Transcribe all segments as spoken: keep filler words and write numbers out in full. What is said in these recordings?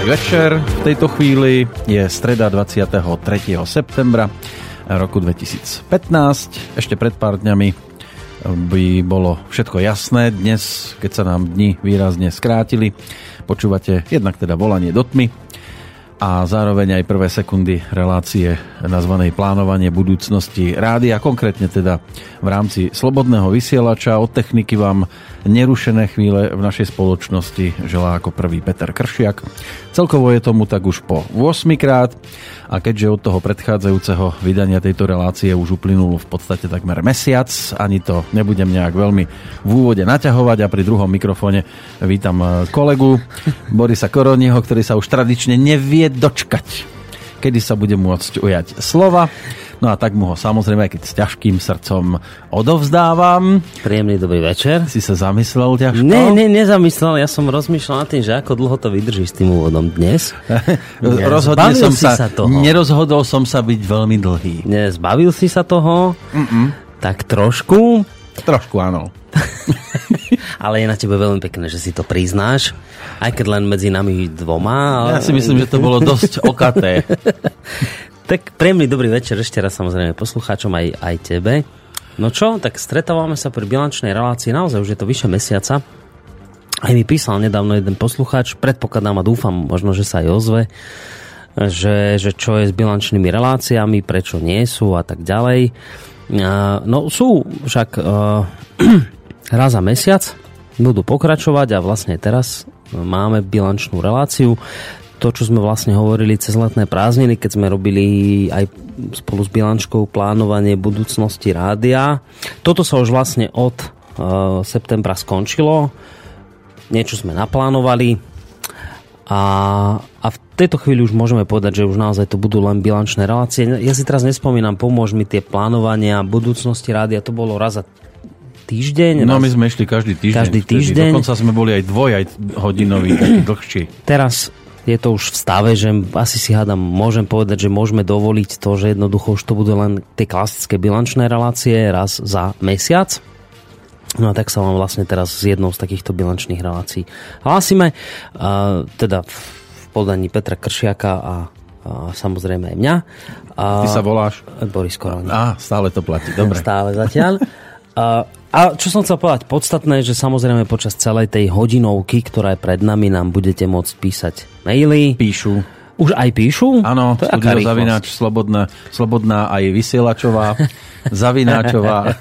večer. V tejto chvíli je streda dvadsiateho tretieho septembra roku dvetisícpätnásť. Ešte pred pár dňami by bolo všetko jasné. Dnes, keď sa nám dni výrazne skrátili, počúvate jednak teda volanie do tmy a zároveň aj prvé sekundy relácie nazvanej Plánovanie budúcnosti rádia, konkrétne teda v rámci slobodného vysielača. Od techniky vám nerušené chvíle v našej spoločnosti želá ako prvý Peter Kršiak. Celkovo je tomu tak už po ôsmikrát a keďže od toho predchádzajúceho vydania tejto relácie už uplynul v podstate takmer mesiac, ani to nebudem nejak veľmi v úvode naťahovať a pri druhom mikrofóne vítam kolegu Borisa Koroniho, ktorý sa už tradične nevie dočkať, kedy sa bude môcť ujať slova. No a tak mu ho samozrejme, keď s ťažkým srdcom odovzdávam. Príjemný dobrý večer. Si sa zamyslel ťažko? Ne, ne, nezamyslel. Ja som rozmýšľal nad tým, že ako dlho to vydržíš s tým úvodom dnes. Rozhodne som sa, sa nerozhodol som sa byť veľmi dlhý. Ne, zbavil si sa toho? Mm-mm. Tak trošku? Trošku, áno. Ale je na tebe veľmi pekné, že si to priznáš. Aj keď len medzi nami dvoma. Ale... Ja si myslím, že to bolo dosť okaté. Tak príjemný dobrý večer ešte raz samozrejme poslucháčom aj, aj tebe. No čo, tak stretávame sa pri bilančnej relácii, naozaj už je to vyše mesiaca. Aj mi písal nedávno jeden poslucháč, predpokladám a dúfam, možno, že sa aj ozve, že, že čo je s bilančnými reláciami, prečo nie sú a tak ďalej. No sú však uh, raz za mesiac, budú pokračovať a vlastne teraz máme bilančnú reláciu. To, čo sme vlastne hovorili cez letné prázdniny, keď sme robili aj spolu s bilančkou plánovanie budúcnosti rádia. Toto sa už vlastne od uh, septembra skončilo. Niečo sme naplánovali a, a v tejto chvíli už môžeme povedať, že už naozaj to budú len bilančné relácie. Ja si teraz nespomínam, pomôž mi tie plánovania budúcnosti rádia, to bolo raz za týždeň. No my sme išli každý týždeň. Každý týždeň. Dokonca sme boli aj dvoj, aj hodinový, dlhší. Teraz je to už v stave, že asi si hádam, môžem povedať, že môžeme dovoliť to, že jednoducho už to budú len tie klasické bilančné relácie raz za mesiac. No a tak sa vám vlastne teraz z jednou z takýchto bilančných relácií hlásime. Uh, teda v podaní Petra Kršiaka a, a samozrejme aj mňa. A, Ty sa voláš? Boris Koroni. Á, stále to platí, dobre. Stále zatiaľ. Uh, A čo som chcel povedať, podstatné je, že samozrejme počas celej tej hodinovky, ktorá je pred nami, nám budete môcť písať maily. Píšu. Už aj píšu? Áno, studio zavináč, slobodná, slobodná aj vysielačová, zavináčová.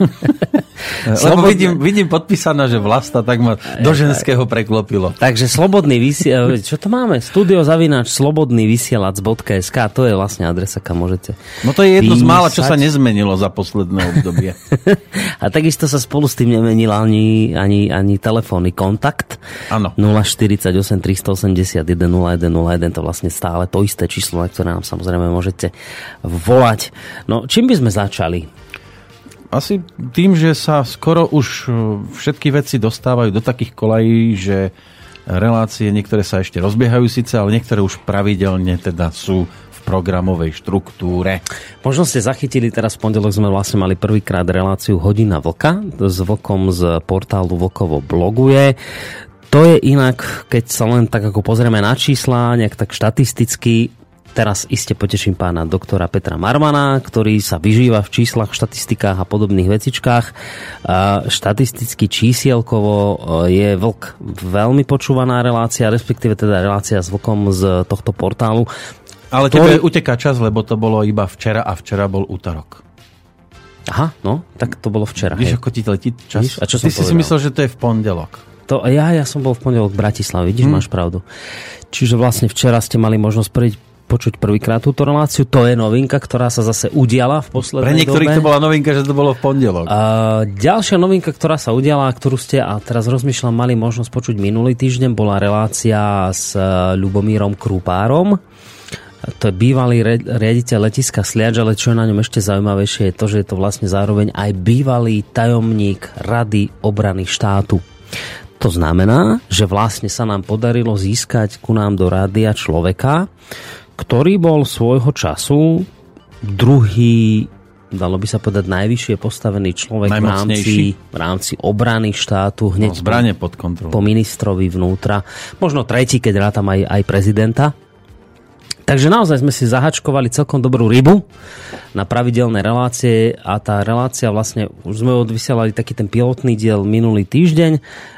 Lebo vidím, vidím podpísaná, že Vlasta, tak ma do ženského preklopilo. Takže slobodný vysielač, čo to máme? Studio zavináč slobodný vysielač bodka es ká, to je vlastne adresa, kam môžete No to je jedno písať. Z mála, čo sa nezmenilo za posledné obdobie. A takisto sa spolu s tým nemenil ani, ani, ani telefónny kontakt. Áno. nula štyridsaťosem tristoosemdesiatjeden nula jeden nula jeden, to vlastne stále to isté číslo, na ktoré nám samozrejme môžete volať. No, čím by sme začali? Asi tým, že sa skoro už všetky veci dostávajú do takých kolají, že relácie niektoré sa ešte rozbiehajú síce, ale niektoré už pravidelne teda sú v programovej štruktúre. Možno ste zachytili, teraz v pondelok sme vlastne mali prvýkrát reláciu Hodina vlka s vlkom z portálu Vlkovo bloguje. To je inak, keď sa len tak ako pozrieme na čísla, nejak tak štatisticky, teraz iste poteším pána doktora Petra Marmana, ktorý sa vyžíva v číslach, štatistikách a podobných vecičkách. Štatisticky čísielkovo je vlk veľmi počúvaná relácia, respektíve teda relácia s vlkom z tohto portálu. Ale tebe to uteká čas, lebo to bolo iba včera a včera bol útorok. Aha, no, tak to bolo včera. Víš, ako ti letí čas? Víš, a čo Ty som si povedal? si myslel, že to je v pondelok. To, ja, ja som bol v pondelok v Bratislave, vidíš, hmm. máš pravdu. Čiže vlastne včera ste mali možnosť prejsť počuť prvýkrát túto reláciu. To je novinka, ktorá sa zase udiala v poslednej dobe. Pre niektorých dobe. To bola novinka, že to bolo v pondelok. Uh, ďalšia novinka, ktorá sa udiala, ktorú ste, a teraz rozmýšľam, mali možnosť počuť minulý týždeň, bola relácia s uh, Ľubomírom Krupárom. To je bývalý riaditeľ letiska Sliač, ale čo je na ňom ešte zaujímavejšie je to, že je to vlastne zároveň aj bývalý tajomník Rady obrany štátu. To znamená, že vlastne sa nám podarilo získať ku nám do rádia človeka, ktorý bol svojho času druhý dalo by sa povedať, najvyššie postavený človek v rámci, v rámci obrany štátu, hneď no, zbrane pod kontrolou. Po ministrovi vnútra. Možno tretí, keď rátam aj, aj prezidenta. Takže naozaj sme si zahačkovali celkom dobrú rybu na pravidelné relácie a tá relácia vlastne, už sme odvysielali taký ten pilotný diel minulý týždeň.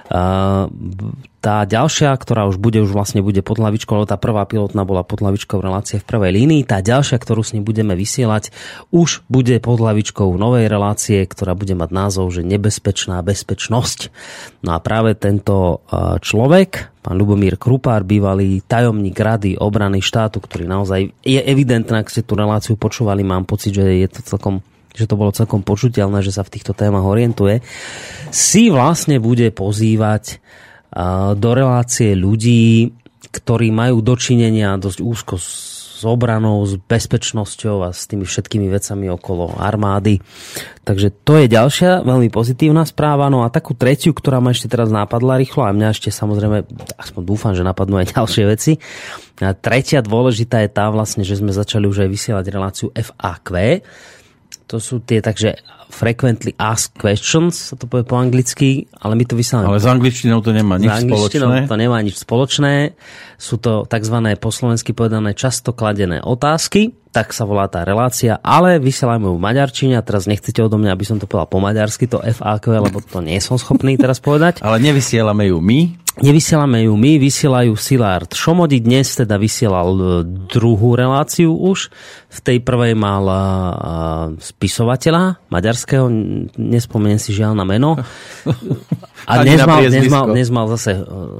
Tá ďalšia, ktorá už bude, už vlastne bude pod hlavičkou, lebo tá prvá pilotná bola pod hlavičkou relácie v prvej línii. Tá ďalšia, ktorú s ním budeme vysielať, už bude pod hlavičkou novej relácie, ktorá bude mať názov, že Nebezpečná bezpečnosť. No a práve tento človek, pán Ľubomír Krupár, bývalý tajomník Rady obrany štátu, ktorý naozaj je evidentné, ak ste tú reláciu počúvali, mám pocit, že je to celkom že to bolo celkom počuteľné, že sa v týchto témach orientuje, si vlastne bude pozývať do relácie ľudí, ktorí majú dočinenia dosť úzko s obranou, s bezpečnosťou a s tými všetkými vecami okolo armády. Takže to je ďalšia veľmi pozitívna správa. No a takú tretiu, ktorá ma ešte teraz napadla rýchlo, a mňa ešte samozrejme, aspoň dúfam, že napadnú aj ďalšie veci. A tretia dôležitá je tá vlastne, že sme začali už aj vysielať reláciu F A Q. To sú tie, takže frequently asked questions, sa to povie po anglicky, ale my to vysielame. Ale s angličtinou to nemá nič spoločné. To nemá nič spoločné. Sú to takzvané po slovensky povedané často kladené otázky, tak sa volá tá relácia, ale vysielame v maďarčine a teraz nechcete odo mňa, aby som to povedal po maďarsky, to F A Q, lebo to nie som schopný teraz povedať. Ale nevysielame ju my. Nevysielame ju my, vysielajú Szilárd Somodi. Dnes teda vysielal druhú reláciu už. V tej prvej mal uh, spisovateľa maďarského, nespomeniem si žiaľ na meno. A dnes mal, dnes, mal, dnes mal zase uh,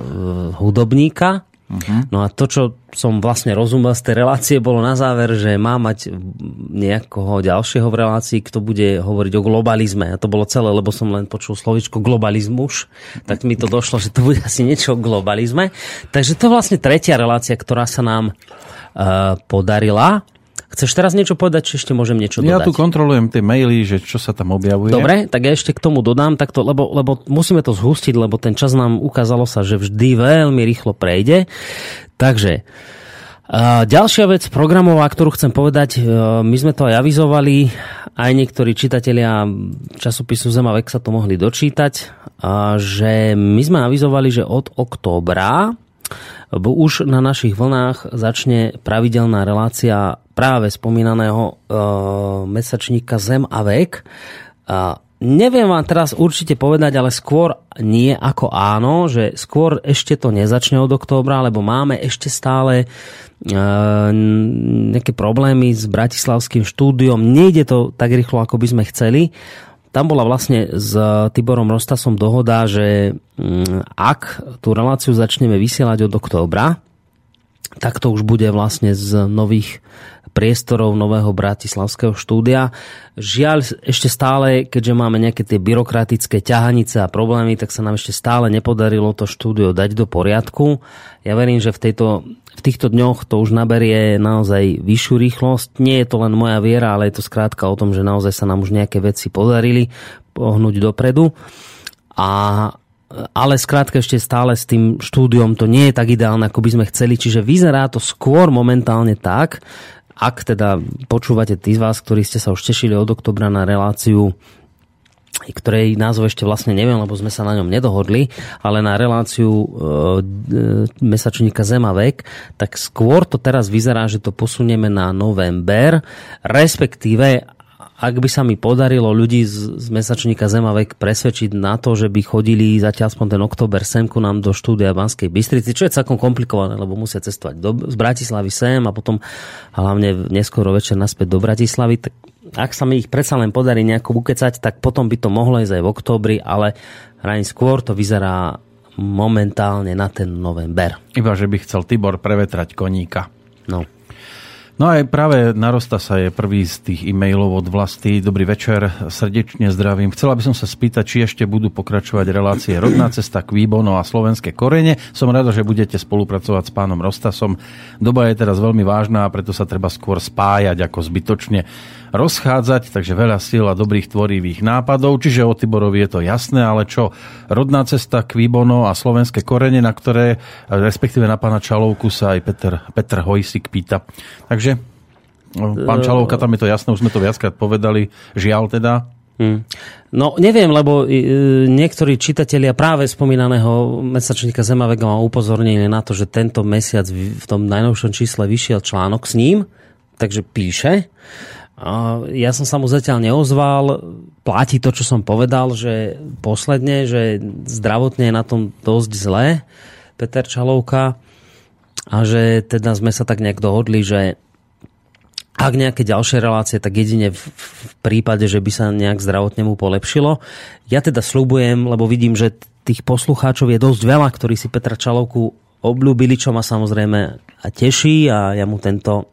hudobníka. Uh-huh. No a to, čo som vlastne rozumel z tej relácie, bolo na záver, že má mať nejakého ďalšieho v relácii, kto bude hovoriť o globalizme. A to bolo celé, lebo som len počul slovičko globalizmus. Tak mi to došlo, že to bude asi niečo o globalizme. Takže to je vlastne tretia relácia, ktorá sa nám uh, podarila. Chceš teraz niečo povedať, či ešte môžem niečo dodať? Ja tu kontrolujem tie maily, že čo sa tam objavuje. Dobre, tak ja ešte k tomu dodám, takto, lebo, lebo musíme to zhustiť, lebo ten čas nám ukázalo sa, že vždy veľmi rýchlo prejde. Takže uh, ďalšia vec programová, ktorú chcem povedať, uh, my sme to aj avizovali, aj niektorí čitatelia časopisu Zem a vek sa to mohli dočítať, uh, že my sme avizovali, že od októbra už na našich vlnách začne pravidelná relácia práve spomínaného e, mesačníka Zem a vek. A neviem vám teraz určite povedať, ale skôr nie ako áno, že skôr ešte to nezačne od októbra, lebo máme ešte stále e, nejaké problémy s bratislavským štúdiom. Nejde to tak rýchlo, ako by sme chceli. Tam bola vlastne s Tiborom Rostasom dohoda, že ak tú reláciu začneme vysielať od októbra, tak to už bude vlastne z nových priestorov nového bratislavského štúdia. Žiaľ, ešte stále, keďže máme nejaké tie byrokratické ťahanice a problémy, tak sa nám ešte stále nepodarilo to štúdio dať do poriadku. Ja verím, že v, tejto, v týchto dňoch to už naberie naozaj vyššiu rýchlosť. Nie je to len moja viera, ale je to skrátka o tom, že naozaj sa nám už nejaké veci podarili pohnúť dopredu. A ale skrátka ešte stále s tým štúdiom to nie je tak ideálne, ako by sme chceli. Čiže vyzerá to skôr momentálne tak, ak teda počúvate tí z vás, ktorí ste sa už tešili od oktobra na reláciu, ktorej názov ešte vlastne neviem, lebo sme sa na ňom nedohodli, ale na reláciu e, mesačníka Zem a vek, tak skôr to teraz vyzerá, že to posunieme na november, respektíve ak by sa mi podarilo ľudí z, z mesačníka Zem a vek presvedčiť na to, že by chodili zatiaľ aspoň ten október sem ku nám do štúdia Banskej Bystrici, čo je celkom komplikované, lebo musia cestovať do, z Bratislavy sem a potom hlavne neskoro večer naspäť do Bratislavy, tak ak sa mi ich predsa len podarí nejako ukecať, tak potom by to mohlo ísť aj v októbri, ale hraň skôr to vyzerá momentálne na ten november. Iba, že by chcel Tibor prevetrať koníka. No. No aj práve na Rostasa je prvý z tých e-mailov od Vlasty. Dobrý večer, srdečne zdravím. Chcela by som sa spýtať, či ešte budú pokračovať relácie Rodná cesta, Kvíbono a Slovenské korene. Som rada, že budete spolupracovať s pánom Rostasom. Doba je teraz veľmi vážna a preto sa treba skôr spájať ako zbytočne rozchádzať, takže veľa síl a dobrých tvorivých nápadov. Čiže o Tiborovi je to jasné, ale čo Rodná cesta, Kvíbono a Slovenské korene, na ktoré, respektíve na pána Čalovku sa aj Peter, Peter Hojsik pýta. Takže Pán Čalovka, tam je to jasné, už sme to viackrát povedali, žiaľ teda. Hmm. No neviem, lebo e, niektorí čitatelia práve spomínaného mesačníka Zemavega ma upozornili na to, že tento mesiac v, v tom najnovšom čísle vyšiel článok s ním, takže píše. A ja som sa mu zatiaľ neozval. Platí to, čo som povedal, že posledne, že zdravotne je na tom dosť zlé Peter Čalovka a že teda sme sa tak nejak dohodli, že ak nejaké ďalšie relácie, tak jedine v, v prípade, že by sa nejak zdravotne mu polepšilo. Ja teda sľubujem, lebo vidím, že tých poslucháčov je dosť veľa, ktorí si Petra Čalovku obľúbili, čo ma samozrejme a teší a ja mu tento,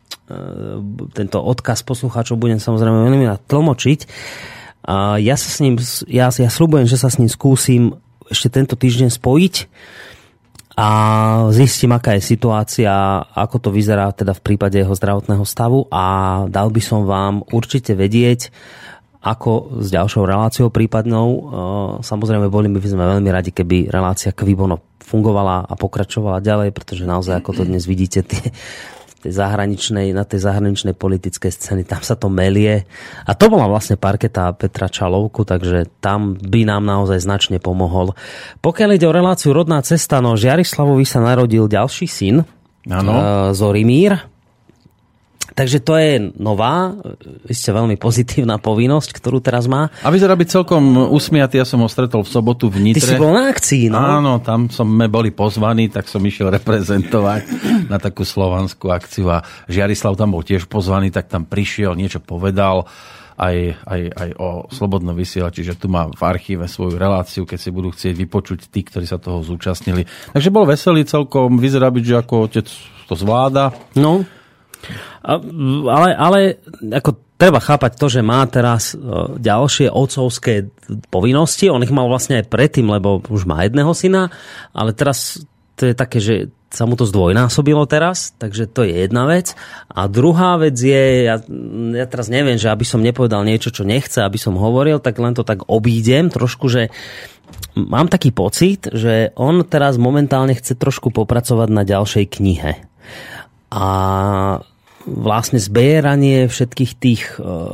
tento odkaz poslucháčov budem samozrejme veľmi tlmočiť. A ja sa s ním, ja, ja sľubujem, že sa s ním skúsim ešte tento týždeň spojiť a zistím, aká je situácia, ako to vyzerá teda v prípade jeho zdravotného stavu a dal by som vám určite vedieť, ako s ďalšou reláciou prípadnou. Samozrejme, boli by sme veľmi radi, keby relácia Kvibono fungovala a pokračovala ďalej, pretože naozaj, ako to dnes vidíte, tie tej zahraničnej, na tej zahraničnej politickej scény, tam sa to melie. A to bola vlastne parketa Petra Čalovku, takže tam by nám naozaj značne pomohol. Pokiaľ ide o reláciu Rodná cesta, no Žiarislavovi sa narodil ďalší syn, uh, Zorimír. Takže to je nová, ešte veľmi pozitívna povinnosť, ktorú teraz má. A vyzerá byť celkom usmiatý, ja som ho stretol v sobotu v Nitre. Ty si bol na akcii, no? Áno, tam sme boli pozvaní, tak som išiel reprezentovať na takú slovanskú akciu a Žiarislav tam bol tiež pozvaný, tak tam prišiel, niečo povedal aj, aj, aj o Slobodnom vysielači, že tu má v archíve svoju reláciu, keď si budú chcieť vypočuť tí, ktorí sa toho zúčastnili. Takže bol veselý celkom, vyzerá byť, že ako otec to zvláda. No, ale, ale ako treba chápať to, že má teraz ďalšie otcovské povinnosti. On ich mal vlastne aj predtým, lebo už má jedného syna, ale teraz to je také, že sa mu to zdvojnásobilo teraz, takže to je jedna vec. A druhá vec je, ja, ja teraz neviem, že aby som nepovedal niečo, čo nechce, aby som hovoril, tak len to tak obídem trošku, že mám taký pocit, že on teraz momentálne chce trošku popracovať na ďalšej knihe. A vlastne zbieranie všetkých tých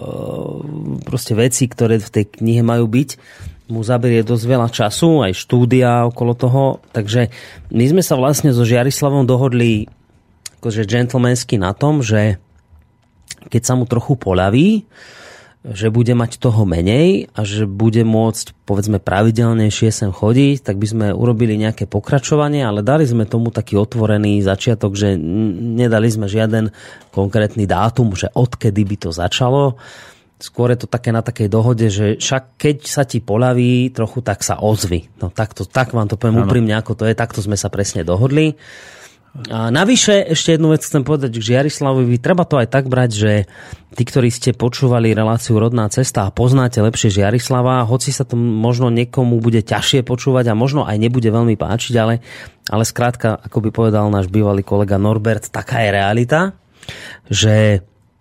proste vecí, ktoré v tej knihe majú byť, mu zaberie dosť veľa času, aj štúdia okolo toho. Takže my sme sa vlastne so Žiarislavom dohodli akože gentlemansky na tom, že keď sa mu trochu poľaví, že bude mať toho menej a že bude môcť, povedzme, pravidelnejšie sem chodiť, tak by sme urobili nejaké pokračovanie, ale dali sme tomu taký otvorený začiatok, že nedali sme žiaden konkrétny dátum, že odkedy by to začalo. Skôr je to také na takej dohode, že však keď sa ti poľaví trochu, tak sa ozvi. No takto, tak vám to poviem úprimne, ako to je, takto sme sa presne dohodli. A navyše, ešte jednu vec chcem povedať k Žiarislavovi, treba to aj tak brať, že tí, ktorí ste počúvali reláciu Rodná cesta a poznáte lepšie Žiarislava, hoci sa to možno niekomu bude ťažšie počúvať a možno aj nebude veľmi páčiť, ale, ale skrátka, ako by povedal náš bývalý kolega Norbert, taká je realita, že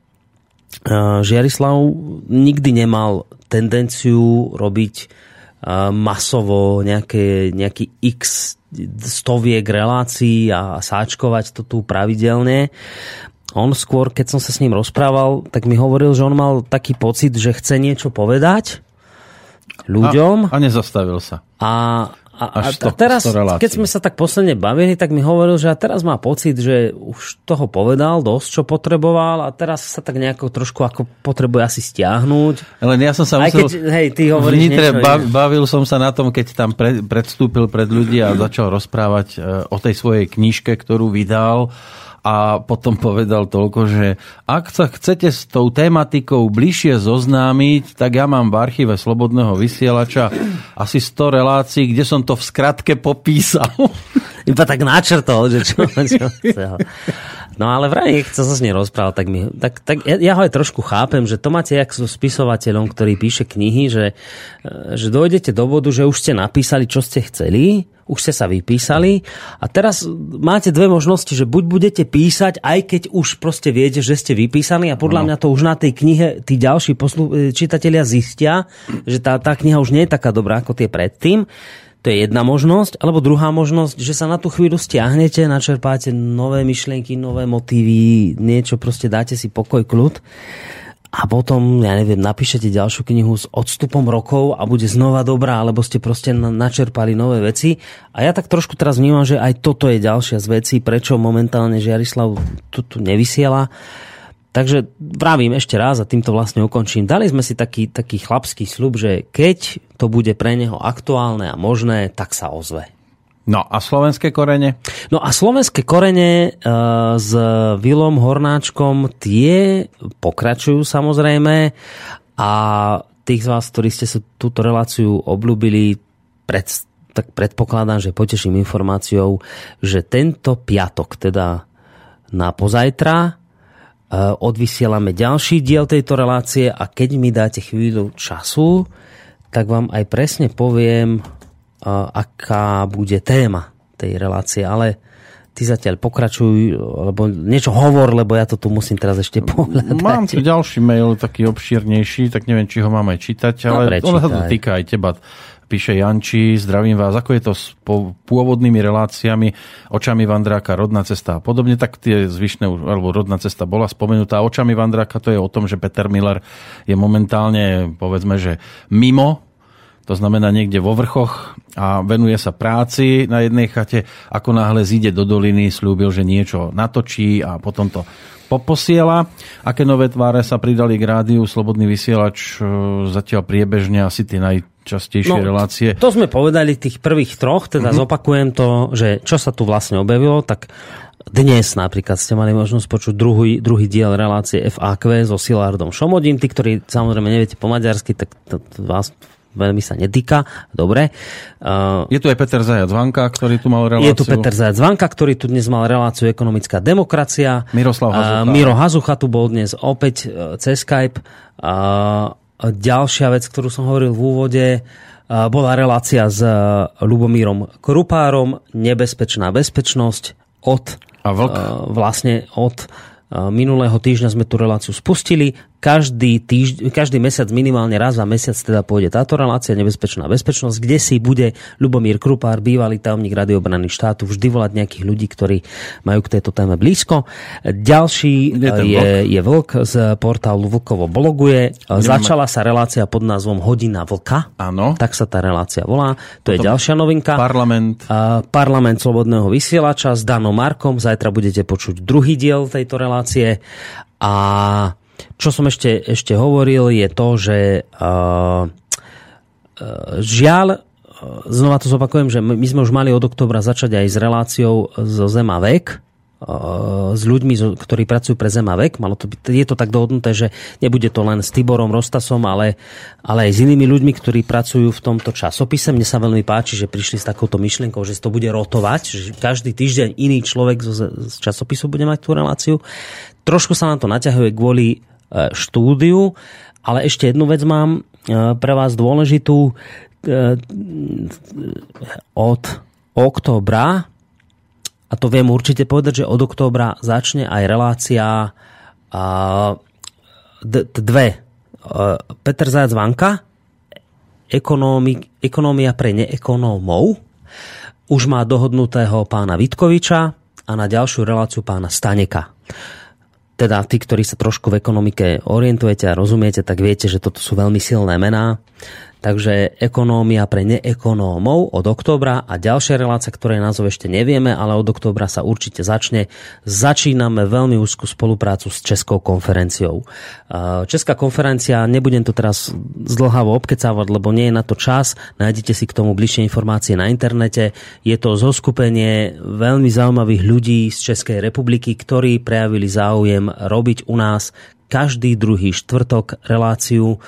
Žiarislav nikdy nemal tendenciu robiť masovo nejaké, nejaký x stoviek relácií a sáčkovať to tu pravidelne. On skôr, keď som sa s ním rozprával, tak mi hovoril, že on mal taký pocit, že chce niečo povedať ľuďom. A, a nezastavil sa. A, a, a, a teraz, keď sme sa tak posledne bavili, tak mi hovoril, že a teraz má pocit, že už toho povedal dosť, čo potreboval a teraz sa tak nejako trošku ako potrebuje asi stiahnuť. Len ja som sa musel... Keď, hej, ty hovoríš niečo... Bav, bavil som sa na tom, keď tam pre, predstúpil pred ľudí a začal rozprávať o tej svojej knižke, ktorú vydal. A potom povedal toľko, že ak sa chcete s tou tematikou bližšie zoznámiť, tak ja mám v archíve Slobodného vysielača asi sto relácií, kde som to v skratke popísal. Iba tak načrtol, že čo, čo chcel. No ale vraj, keď sa s ním rozprával, tak, mi, tak, tak ja, ja ho aj trošku chápem, že to máte jak so spisovateľom, ktorý píše knihy, že, že dojdete do bodu, že už ste napísali, čo ste chceli, už ste sa vypísali a teraz máte dve možnosti, že buď budete písať, aj keď už proste viete, že ste vypísali a podľa no. mňa to už na tej knihe tí ďalší poslu- čitatelia zistia, že tá, tá kniha už nie je taká dobrá ako tie predtým. To je jedna možnosť. Alebo druhá možnosť, že sa na tú chvíľu stiahnete, načerpáte nové myšlienky, nové motívy, niečo proste dáte si pokoj, kľud. A potom, ja neviem, napíšete ďalšiu knihu s odstupom rokov a bude znova dobrá, alebo ste proste načerpali nové veci. A ja tak trošku teraz vnímam, že aj toto je ďalšia z vecí, prečo momentálne Žiarislav tu, tu nevysiela. Takže vravím ešte raz a týmto vlastne ukončím. Dali sme si taký, taký chlapský sľub, že keď to bude pre neho aktuálne a možné, tak sa ozve. No a slovenské korene? No a slovenské korene e, s Vilom Hornáčkom tie pokračujú samozrejme a tých z vás, ktorí ste sa túto reláciu obľúbili, pred, tak predpokladám, že poteším informáciou, že tento piatok, teda na pozajtra, e, odvysielame ďalší diel tejto relácie a keď mi dáte chvíľu času, tak vám aj presne poviem, aká bude téma tej relácie, ale ty zatiaľ pokračuj, lebo niečo hovor, lebo ja to tu musím teraz ešte pohľadať. Mám tu ďalší mail, taký obšírnejší, tak neviem, či ho mám aj čítať, ale no, ono sa to týka aj teba. Píše Janči, zdravím vás, ako je to s pôvodnými reláciami Očami Vandráka, Rodná cesta a podobne, tak tie zvyšné, alebo Rodná cesta bola spomenutá. Očami Vandráka to je o tom, že Peter Miller je momentálne, povedzme, že mimo, to znamená niekde vo vrchoch a venuje sa práci na jednej chate. Ako náhle zíde do doliny, slúbil, že niečo natočí a potom to poposiela. Aké nové tváre sa pridali k rádiu? Slobodný vysielač zatiaľ priebežne asi tie najčastejšie no, relácie. To sme povedali tých prvých troch, teda mm-hmm. zopakujem to, že čo sa tu vlastne objavilo, tak dnes napríklad ste mali možnosť počuť druhý, druhý diel relácie ef á kvé so Silárdom Šomodím. Tí, ktorí samozrejme neviete po maďarsky, tak to, to vás veľmi sa netýka. Dobre. Uh, je tu aj Peter Zajac Vanka, ktorý tu mal reláciu. Je tu Peter Zajac Vanka, ktorý tu dnes mal reláciu Ekonomická demokracia. Miroslav Hazucha. Uh, Miro Hazucha tu bol dnes opäť uh, cez Skype. Uh, ďalšia vec, ktorú som hovoril v úvode, uh, bola relácia s uh, Ľubomírom Krupárom. Nebezpečná bezpečnosť od A vlk? Uh, vlastne od uh, minulého týždňa sme tú reláciu spustili. Každý, týžd- každý mesiac, minimálne raz za mesiac teda pôjde táto relácia Nebezpečná bezpečnosť, kde si bude Ľubomír Krupár, bývalý tajomník Rady obrany štátu, vždy volať nejakých ľudí, ktorí majú k tejto téme blízko. Ďalší je, je, je Vlk z portálu Vlkovo bloguje. Začala sa relácia pod názvom Hodina Vlka. Áno. Tak sa tá relácia volá. To je ďalšia novinka. Parlament. Parlament Slobodného vysielača s Danom Markom. Zajtra budete počuť druhý diel tejto relácie. A čo som ešte, ešte hovoril, je to, že uh, uh, žiaľ, znova to zopakujem, že my sme už mali od októbra začať aj s reláciou zo Zem a vek, uh, s ľuďmi, ktorí pracujú pre Zem a vek. Malo to byť, je to tak dohodnuté, že nebude to len s Tiborom Rostasom, ale, ale aj s inými ľuďmi, ktorí pracujú v tomto časopise. Mne sa veľmi páči, že prišli s takouto myšlienkou, že to bude rotovať, že každý týždeň iný človek z, z časopisu bude mať tú reláciu. Trošku sa nám to naťahuje kvôli štúdiu, ale ešte jednu vec mám pre vás dôležitú. Od októbra, a to viem určite povedať, že od októbra začne aj relácia dve. Peter Zajac Vanka, Ekonómia pre neekonómov, už má dohodnutého pána Vitkoviča a na ďalšiu reláciu pána Staneka. Teda tí, ktorí sa trošku v ekonomike orientujete a rozumiete, tak viete, že toto sú veľmi silné mená. Takže Ekonómia pre neekonómov od októbra a ďalšia relácia, ktorej názov ešte nevieme, ale od októbra sa určite začne. Začíname veľmi úzkú spoluprácu s Českou konferenciou. Česká konferencia, nebudem to teraz zdĺhavo obkecávať, lebo nie je na to čas. Nájdete si k tomu bližšie informácie na internete. Je to zoskupenie veľmi zaujímavých ľudí z Českej republiky, ktorí prejavili záujem robiť u nás každý druhý štvrtok reláciu,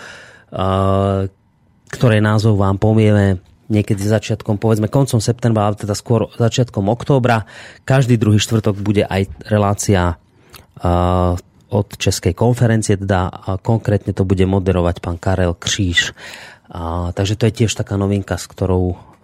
ktoré názov vám povieme niekedy začiatkom, povedzme koncom septembra, ale teda skôr začiatkom októbra. Každý druhý štvrtok bude aj relácia uh, od Českej konferencie, teda uh, konkrétne to bude moderovať pán Karel Kříž. Uh, takže to je tiež taká novinka, s ktorou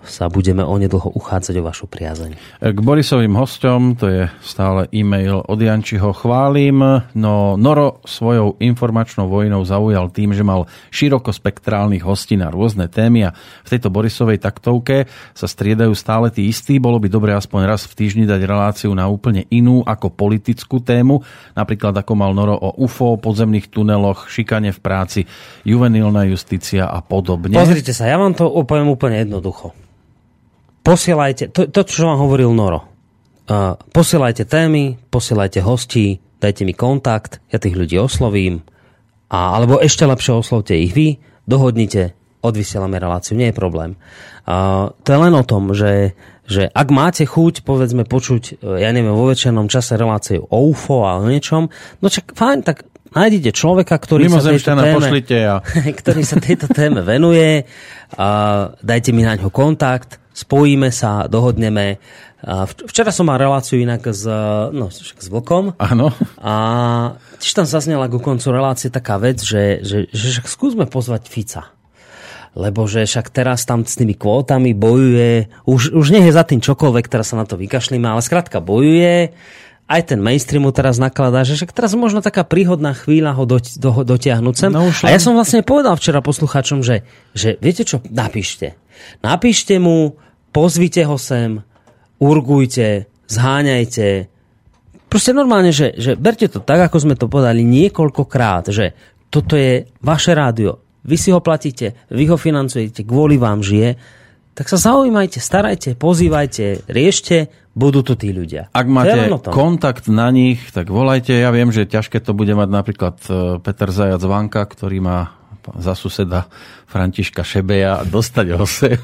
sa budeme onedlho uchádzať o vašu priazeň. K Borisovým hosťom, to je stále e-mail od Jančiho, chválim, no Noro svojou informačnou vojnou zaujal tým, že mal širokospektrálnych hostí na rôzne témy a v tejto Borisovej taktovke sa striedajú stále tí istí. Bolo by dobre aspoň raz v týždni dať reláciu na úplne inú ako politickú tému, napríklad ako mal Noro o ú ef ó, podzemných tuneloch, šikane v práci, juvenilná justícia a podobne. Pozrite sa, ja vám to poviem úplne jednoducho. Posielajte, to, to čo vám hovoril Noro, uh, posielajte témy, posielajte hostí, dajte mi kontakt, ja tých ľudí oslovím, a, alebo ešte lepšie oslovte ich vy, dohodnite, odvysielame reláciu, nie je problém. Uh, to je len o tom, že, že ak máte chuť, povedzme, počuť, ja neviem, vo večernom čase reláciu o ú ef ó a o niečom, no čak fajn, tak nájdete človeka, ktorý sa, tejto téme, a... ktorý sa tejto téme venuje, uh, dajte mi na ňo kontakt, spojíme sa, dohodneme. Včera som mal reláciu inak s, no, s Vlkom. Áno. A tiež tam zaznela ku koncu relácie taká vec, že, že, že však skúsme pozvať Fica. Lebo že však teraz tam s tými kvótami bojuje, už, už nie je za tým čokoľvek, teraz sa na to vykašlíme, ale skrátka bojuje. Aj ten mainstream mu teraz nakladá, že však teraz možno taká príhodná chvíľa ho do, do, dotiahnuť sem. No, a ja som vlastne povedal včera poslucháčom, že, že viete čo, napíšte. Napíšte mu, pozvite ho sem, urgujte, zháňajte. Proste normálne, že, že berte to tak, ako sme to povedali niekoľkokrát, že toto je vaše rádio, vy si ho platíte, vy ho financujete, kvôli vám žije, tak sa zaujímajte, starajte, pozývajte, riešte, budú tu tí ľudia. Ak máte kontakt na nich, tak volajte. Ja viem, že ťažké to bude mať napríklad Peter Zajac Vanka, ktorý má za suseda Františka Šebeja, dostať ho sem.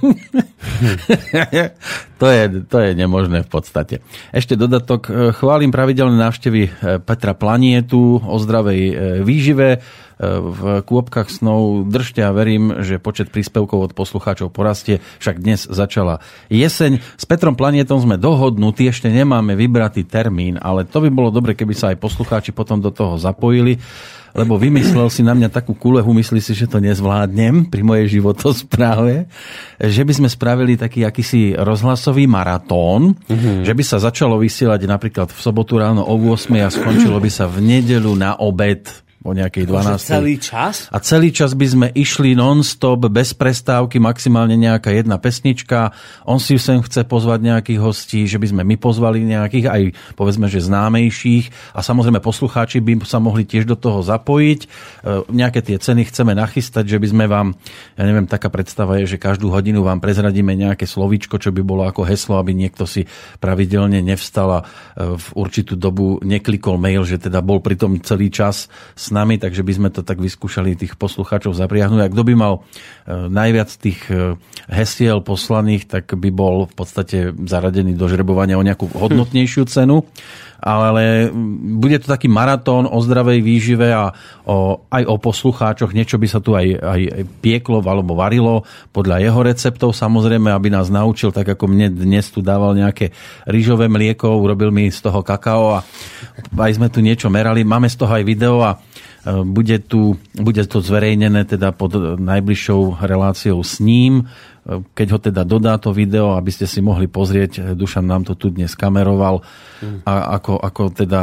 to, je, to je nemožné v podstate. Ešte dodatok, chválim pravidelné návštevy Petra Planietu o zdravej výžive v kôpkach snov. Držte a verím, že počet príspevkov od poslucháčov porastie, však dnes začala jeseň. S Petrom Planietom sme dohodnutí, ešte nemáme vybratý termín, ale to by bolo dobre, keby sa aj poslucháči potom do toho zapojili, lebo vymyslel si na mňa takú kulehu, myslí si, že to nezvládnem pri mojej životospráve, že by sme spravili taký akýsi rozhlasový maratón, mm-hmm. že by sa začalo vysielať napríklad v sobotu ráno o ôsmej a skončilo by sa v nedeľu na obed o nejakej dvanástej. Celý čas? A celý čas by sme išli non-stop, bez prestávky, maximálne nejaká jedna pesnička. On si sem chce pozvať nejakých hostí, že by sme my pozvali nejakých, aj povedzme, že známejších. A samozrejme poslucháči by sa mohli tiež do toho zapojiť. E, nejaké tie ceny chceme nachystať, že by sme vám, ja neviem, taká predstava je, že každú hodinu vám prezradíme nejaké slovíčko, čo by bolo ako heslo, aby niekto si pravidelne nevstal a v určitú dobu neklikol mail, že teda bol pritom celý čas s nami, takže by sme to tak vyskúšali tých poslucháčov zapriahnuť. A kto by mal najviac tých hesiel poslaných, tak by bol v podstate zaradený do žrebovania o nejakú hodnotnejšiu cenu. Ale bude to taký maratón o zdravej výžive a o, aj o poslucháčoch. Niečo by sa tu aj, aj pieklo alebo varilo podľa jeho receptov. Samozrejme, aby nás naučil, tak ako mne dnes tu dával nejaké rýžové mlieko, urobil mi z toho kakao a aj sme tu niečo merali. Máme z toho aj video a bude, tu, bude to zverejnené teda pod najbližšou reláciou s ním. Keď ho teda dodá to video, aby ste si mohli pozrieť, Dušan nám to tu dnes kameroval a ako, ako teda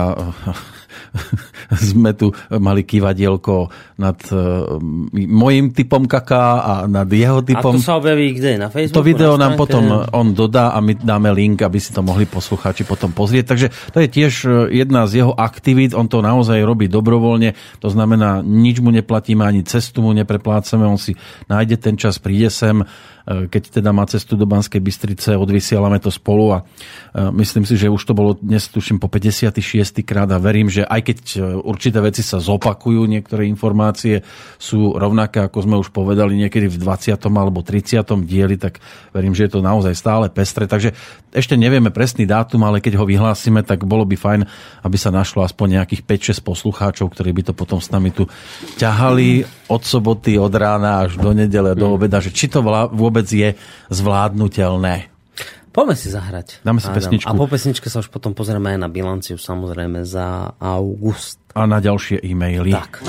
sme tu mali kývadielko nad uh, mojím typom kaká a nad jeho typom. A to sa objaví kde? Na Facebooku? To video nám potom on dodá a my dáme link, aby si to mohli poslucháči potom pozrieť. Takže to je tiež jedna z jeho aktivít. On to naozaj robí dobrovoľne. To znamená, nič mu neplatíme, ani cestu mu nepreplácame. On si nájde ten čas, príde sem. Keď teda má cestu do Banskej Bystrice, odvysielame to spolu a myslím si, že už to bolo dnes tuším po päťdesiaty šiesty krát a verím, že aj keď určité veci sa zopakujú, niektoré informácie sú rovnaké, ako sme už povedali niekedy v dvadsiatom alebo tridsiatom dieli, tak verím, že je to naozaj stále pestré. Takže ešte nevieme presný dátum, ale keď ho vyhlásime, tak bolo by fajn, aby sa našlo aspoň nejakých päť šesť poslucháčov, ktorí by to potom s nami tu ťahali od soboty, od rána až do nedele, do obeda, že či to vôbec je zvládnutelné. Poďme si zahrať. Dáme si pesničku. A po pesničke sa už potom pozrieme aj na bilanciu, samozrejme, za august. A na ďalšie e-maily. Tak.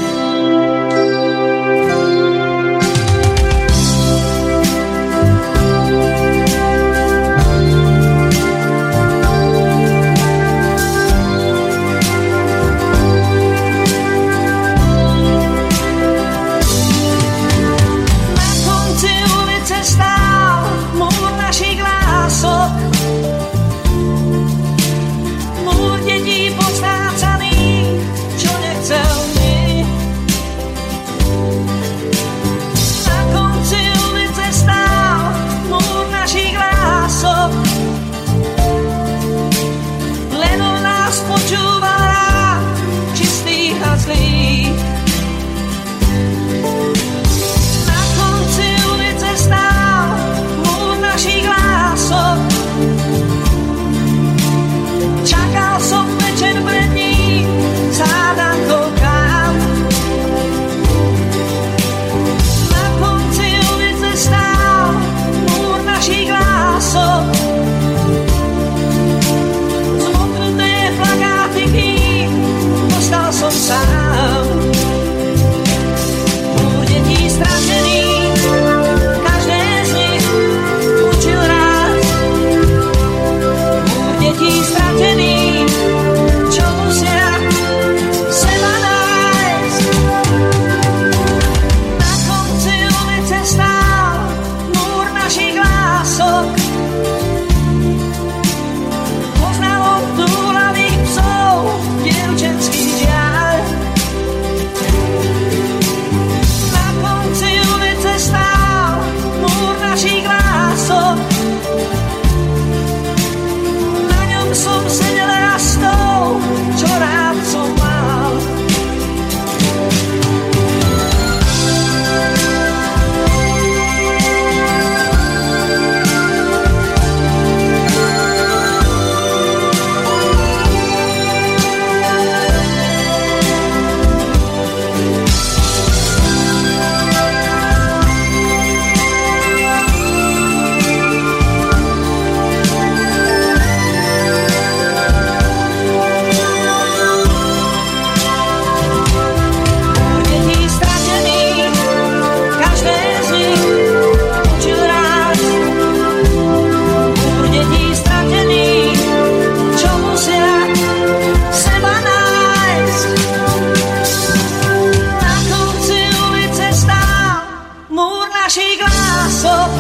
našich hlások.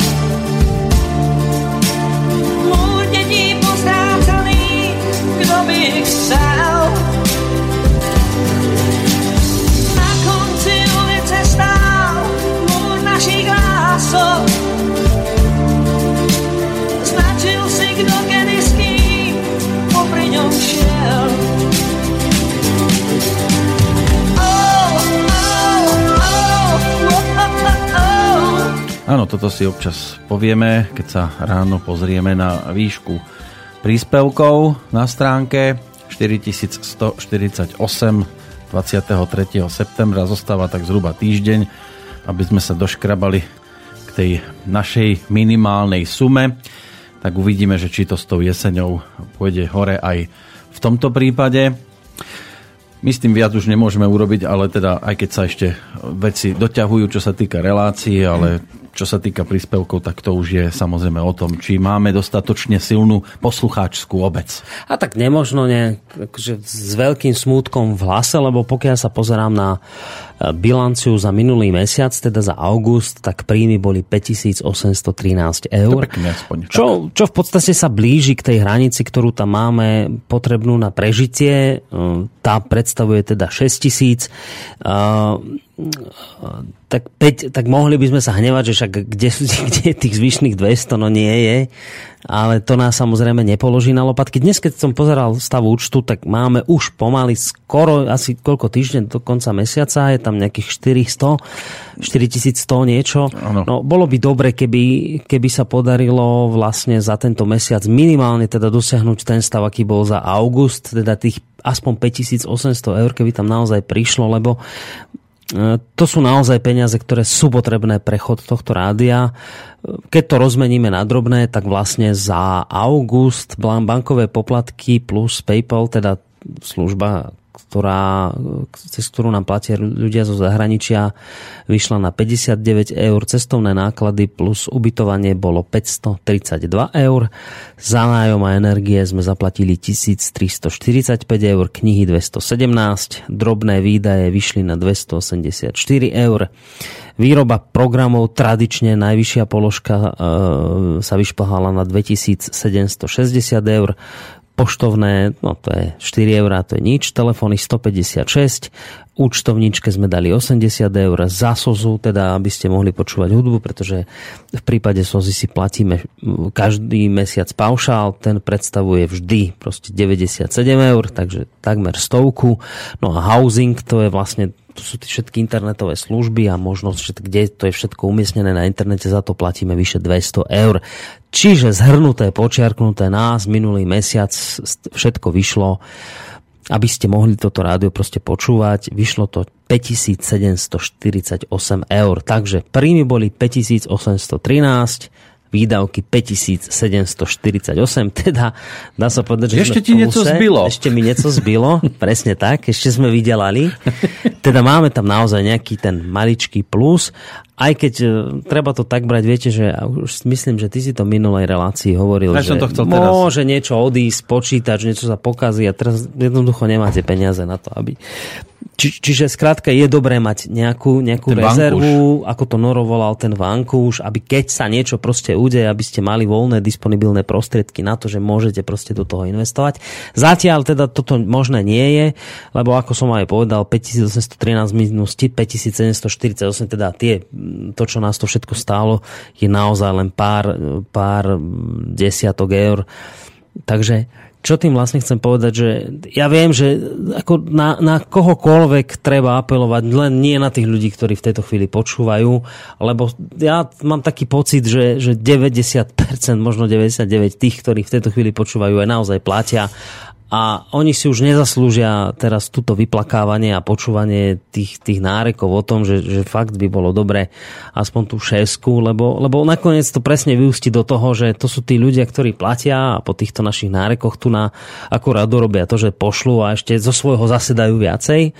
Múr detí postrácaný, kdo by ich chcel. Na konci ulice stál múr našich hlások. Značil si, kdo kedy s kým popri ňom šiel. Áno, toto si občas povieme, keď sa ráno pozrieme na výšku príspevkov na stránke štyritisícstoštyridsaťosem dvadsiateho tretieho septembra. Zostáva tak zhruba týždeň, aby sme sa doškrabali k tej našej minimálnej sume. Tak uvidíme, že či to s tou jeseňou pôjde hore aj v tomto prípade. My s tým viac už nemôžeme urobiť, ale teda aj keď sa ešte veci doťahujú, čo sa týka relácií, ale čo sa týka príspevkov, tak to už je samozrejme o tom, či máme dostatočne silnú poslucháčskú obec. A tak nemožno ne, akože s veľkým smútkom v hlase, lebo pokiaľ sa pozerám na bilanciu za minulý mesiac, teda za august, tak príjmy boli päťtisícosemstotrinásť eur. Pekne, aspoň, čo, čo v podstate sa blíži k tej hranici, ktorú tam máme potrebnú na prežitie. Tá predstavuje teda šesťtisíc. Tak, päť, tak mohli by sme sa hnevať, že však kde, kde je tých zvyšných dvesto, no nie je. Ale to nás samozrejme nepoloží na lopatky. Dnes, keď som pozeral stav účtu, tak máme už pomaly skoro, asi koľko týždeň do konca mesiaca, je tam nejakých štyristo, štyritisícsto niečo. Ano. No, bolo by dobre, keby, keby sa podarilo vlastne za tento mesiac minimálne teda dosiahnuť ten stav, aký bol za august, teda tých aspoň päťtisícosemsto eur, keby tam naozaj prišlo, lebo to sú naozaj peniaze, ktoré sú potrebné pre chod tohto rádia. Keď to rozmeníme na drobné, tak vlastne za august bankové poplatky plus PayPal, teda služba, ktorá, cez ktorú nám platia ľudia zo zahraničia, vyšla na päťdesiatdeväť eur. Cestovné náklady plus ubytovanie bolo päťstotridsaťdva eur. Za nájom a energie sme zaplatili tisíctristoštyridsaťpäť eur, knihy dvestosedemnásť, drobné výdaje vyšli na dvestoosemdesiatštyri eur. Výroba programov, tradične najvyššia položka e, sa vyšplhala na dvetisícsedemstošesťdesiat eur. Poštovné, no to je štyri eurá, to je nič. Telefóny stopäťdesiatšesť. Účtovníčke sme dali osemdesiat eur. Za Sozu, teda aby ste mohli počúvať hudbu, pretože v prípade Sozy si platíme každý mesiac paušál. Ten predstavuje vždy proste deväťdesiatsedem eur, takže takmer stovku. No a housing, to je vlastne, to sú tie všetky internetové služby a možnosť, kde to je všetko umiestnené na internete, za to platíme vyše dvesto eur. Čiže zhrnuté, počiarknuté nás minulý mesiac všetko vyšlo, aby ste mohli toto rádio proste počúvať, vyšlo to päťtisícsedemstoštyridsaťosem eur. Takže príjmy boli päťtisícosemstotrinásť, výdavky päťtisícsedemstoštyridsaťosem, teda dá sa povedať, že ešte sme ti niečo zbylo. Ešte mi niečo zbylo, presne tak, ešte sme vydelali. Teda máme tam naozaj nejaký ten maličký plus, aj keď treba to tak brať, viete, že už myslím, že ty si to v minulej relácii hovoril, ja že môže teraz niečo odísť, počítať, niečo sa pokazí a teraz jednoducho nemáte peniaze na to, aby... Či, čiže skrátka je dobré mať nejakú, nejakú rezervu, vankúš, ako to Noro volal, ten vankúš, aby keď sa niečo proste udeje, aby ste mali voľné disponibilné prostriedky na to, že môžete proste do toho investovať. Zatiaľ teda toto možné nie je, lebo ako som aj povedal, päťtisícosemstotrinásť minus päťtisícsedemstoštyridsaťosem, teda tie, to, čo nás to všetko stálo, je naozaj len pár, pár desiatok eur. Takže čo tým vlastne chcem povedať, že ja viem, že ako na, na kohokoľvek treba apelovať, len nie na tých ľudí, ktorí v tejto chvíli počúvajú, lebo ja mám taký pocit, že, že deväťdesiat percent, možno deväťdesiatdeväť percent tých, ktorí v tejto chvíli počúvajú, aj naozaj platia. A oni si už nezaslúžia teraz túto vyplakávanie a počúvanie tých, tých nárekov o tom, že, že fakt by bolo dobre aspoň tú šesku, lebo, lebo nakoniec to presne vyústi do toho, že to sú tí ľudia, ktorí platia a po týchto našich nárekoch tu na akurát dorobia to, že pošlú a ešte zo svojho zasedajú viacej.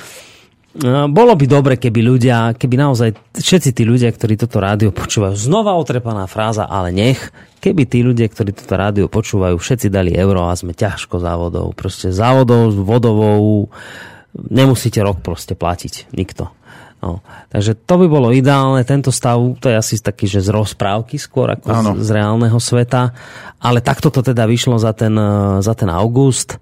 Bolo by dobre, keby ľudia, keby naozaj všetci tí ľudia, ktorí toto rádio počúvajú, znova otrepaná fráza, ale nech, keby tí ľudia, ktorí toto rádio počúvajú, všetci dali euro a sme ťažko závodou. Proste závodou, vodovou, nemusíte rok proste platiť. Nikto. No, takže to by bolo ideálne, tento stav, to je asi taký, že z rozprávky skôr ako z, z reálneho sveta, ale takto to teda vyšlo za ten, za ten august.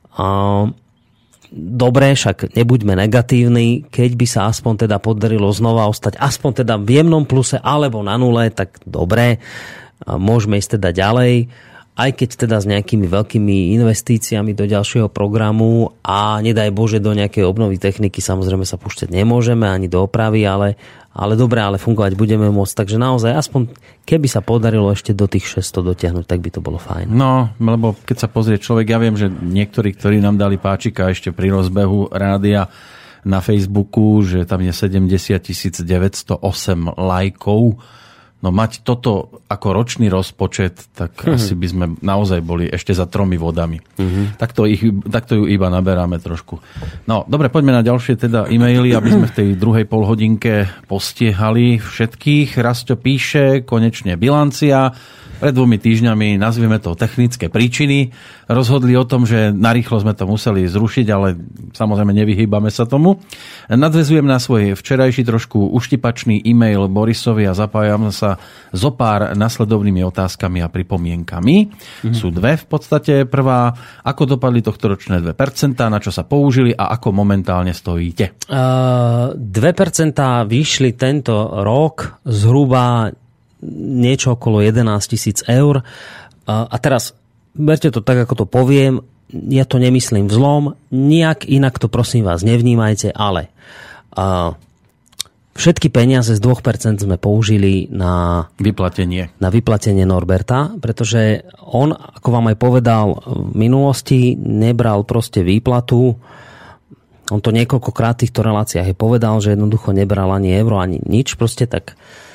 Dobre, však nebuďme negatívni, keď by sa aspoň teda podarilo znova ostať aspoň teda v jemnom pluse alebo na nule, tak dobre, môžeme ísť teda ďalej. Aj keď teda s nejakými veľkými investíciami do ďalšieho programu a nedaj Bože do nejakej obnovy techniky samozrejme sa púšťať nemôžeme ani do opravy, ale, ale dobre, ale fungovať budeme môcť. Takže naozaj aspoň keby sa podarilo ešte do tých šesťsto dotiahnuť, tak by to bolo fajn. No, lebo keď sa pozrie človek, ja viem, že niektorí, ktorí nám dali páčika ešte pri rozbehu rádia na Facebooku, že tam je sedemdesiattisíc deväťstoosem lajkov. No mať toto ako ročný rozpočet, tak mm-hmm. asi by sme naozaj boli ešte za tromi vodami. Mm-hmm. Takto, ich, takto ju iba naberáme trošku. No, dobre, poďme na ďalšie teda e-maily, aby sme v tej druhej polhodinke postiehali všetkých. Rasťo píše, konečne bilancia. Pred dvomi týždňami, nazvime to technické príčiny, rozhodli o tom, že narýchlo sme to museli zrušiť, ale samozrejme nevyhýbame sa tomu. Nadvezujem na svoj včerajší trošku uštipačný e-mail Borisovi a zapájam sa zo pár nasledovnými otázkami a pripomienkami. Mm-hmm. Sú dve v podstate. Prvá, ako dopadli tohtoročné dve percentá, na čo sa použili a ako momentálne stojíte? Uh, dve percentá vyšli tento rok zhruba niečo okolo jedenásť tisíc eur. A teraz, berte to tak, ako to poviem, ja to nemyslím vzlom, nijak inak to prosím vás nevnímajte, ale a, všetky peniaze z dve percentá sme použili na vyplatenie. na vyplatenie Norberta, pretože on, ako vám aj povedal v minulosti, nebral proste výplatu. On to niekoľkokrát v týchto reláciách je povedal, že jednoducho nebral ani euro, ani nič, proste tak...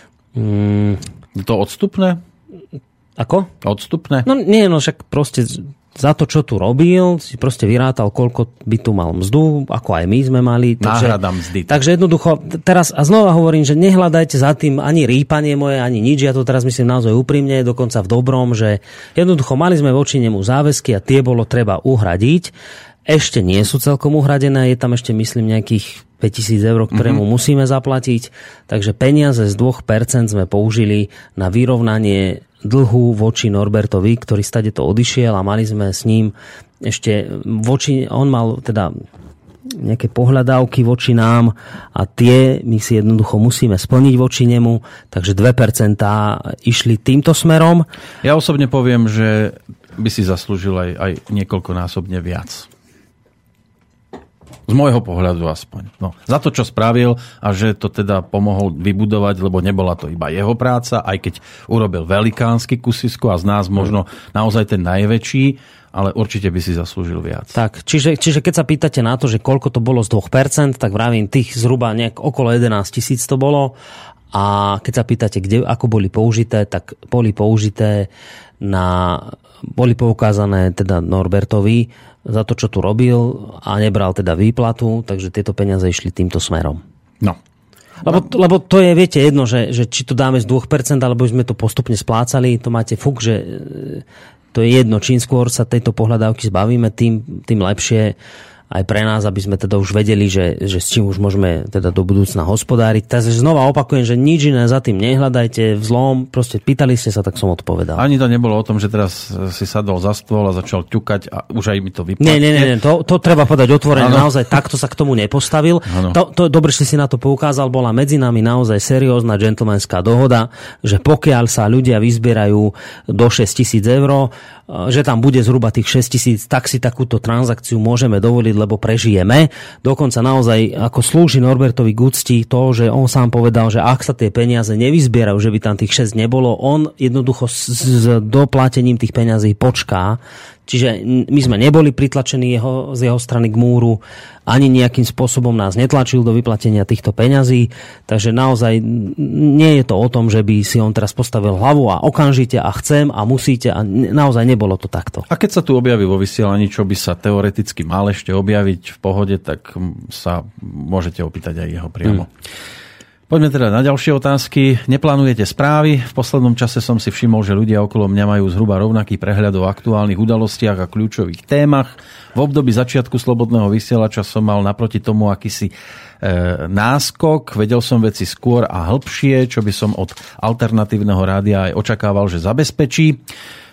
Mm, to odstupné? Ako? Odstupné? No nie, no však proste za to, čo tu robil, si proste vyrátal, koľko by tu mal mzdu, ako aj my sme mali. Náhrada mzdy. Takže jednoducho, teraz, a znova hovorím, že nehľadajte za tým ani rýpanie moje, ani nič, ja to teraz myslím naozaj úprimne, dokonca v dobrom, že jednoducho mali sme voči nemu záväzky a tie bolo treba uhradiť. Ešte nie sú celkom uhradené, je tam ešte myslím nejakých päťtisíc eur, ktoré mu mm-hmm. musíme zaplatiť. Takže peniaze z dve percentá sme použili na vyrovnanie dlhu voči Norbertovi, ktorý stade to odišiel a mali sme s ním ešte voči, on mal teda nejaké pohľadávky voči nám a tie my si jednoducho musíme splniť voči nemu, takže dve percentá išli týmto smerom. Ja osobne poviem, že by si zaslúžil aj, aj niekoľkonásobne viac. Z môjho pohľadu aspoň. No, za to, čo spravil a že to teda pomohol vybudovať, lebo nebola to iba jeho práca, aj keď urobil velikánsky kusisko a z nás možno naozaj ten najväčší, ale určite by si zaslúžil viac. Tak, čiže, čiže keď sa pýtate na to, že koľko to bolo z dve percentá, tak vravím, tých zhruba nejak okolo jedenásť tisíc to bolo. A keď sa pýtate, kde, ako boli použité, tak boli použité na, boli poukázané teda Norbertovi za to, čo tu robil a nebral teda výplatu, takže tieto peniaze išli týmto smerom. No. Lebo, lebo to je, viete, jedno, že, že či to dáme z dve percentá, alebo sme to postupne splácali, to máte fuk, že to je jedno, čím skôr sa tejto pohľadávky zbavíme, tým, tým lepšie aj pre nás, aby sme teda už vedeli, že, že s čím už môžeme teda do budúcna hospodáriť. Takže znova opakujem, že nič iné za tým nehľadajte, vzlom, proste pýtali ste sa, tak som odpovedal. Ani to nebolo o tom, že teraz si sadol za stôl a začal ťukať a už aj mi to vypadne. Nie, nie, nie, to, to treba povedať otvorene, ano. Naozaj takto sa k tomu nepostavil. To, to, dobre, že si na to poukázal, bola medzi nami naozaj seriózna džentlmenská dohoda, že pokiaľ sa ľudia vyzbierajú do šesť tisíc eur, že tam bude zhruba tých šesť tisíc, tak si takúto transakciu môžeme dovoliť, lebo prežijeme. Dokonca naozaj, ako slúži Norbertovi k úcti to, že on sám povedal, že ak sa tie peniaze nevyzbierajú, že by tam tých šesť nebolo, on jednoducho s, s doplatením tých peňazí počká. Čiže my sme neboli pritlačení jeho, z jeho strany k múru, ani nejakým spôsobom nás netlačil do vyplatenia týchto peňazí, takže naozaj nie je to o tom, že by si on teraz postavil hlavu a okamžite a chcem a musíte a naozaj nebolo to takto. A keď sa tu objaví vo vysielaní, čo by sa teoreticky mal ešte objaviť v pohode, tak sa môžete opýtať aj jeho priamo. Hmm. Poďme teda na ďalšie otázky. Neplánujete správy? V poslednom čase som si všimol, že ľudia okolo mňa majú zhruba rovnaký prehľad o aktuálnych udalostiach a kľúčových témach. V období začiatku Slobodného vysielača som mal naproti tomu akýsi e, náskok. Vedel som veci skôr a hĺbšie, čo by som od alternatívneho rádia aj očakával, že zabezpečí. E,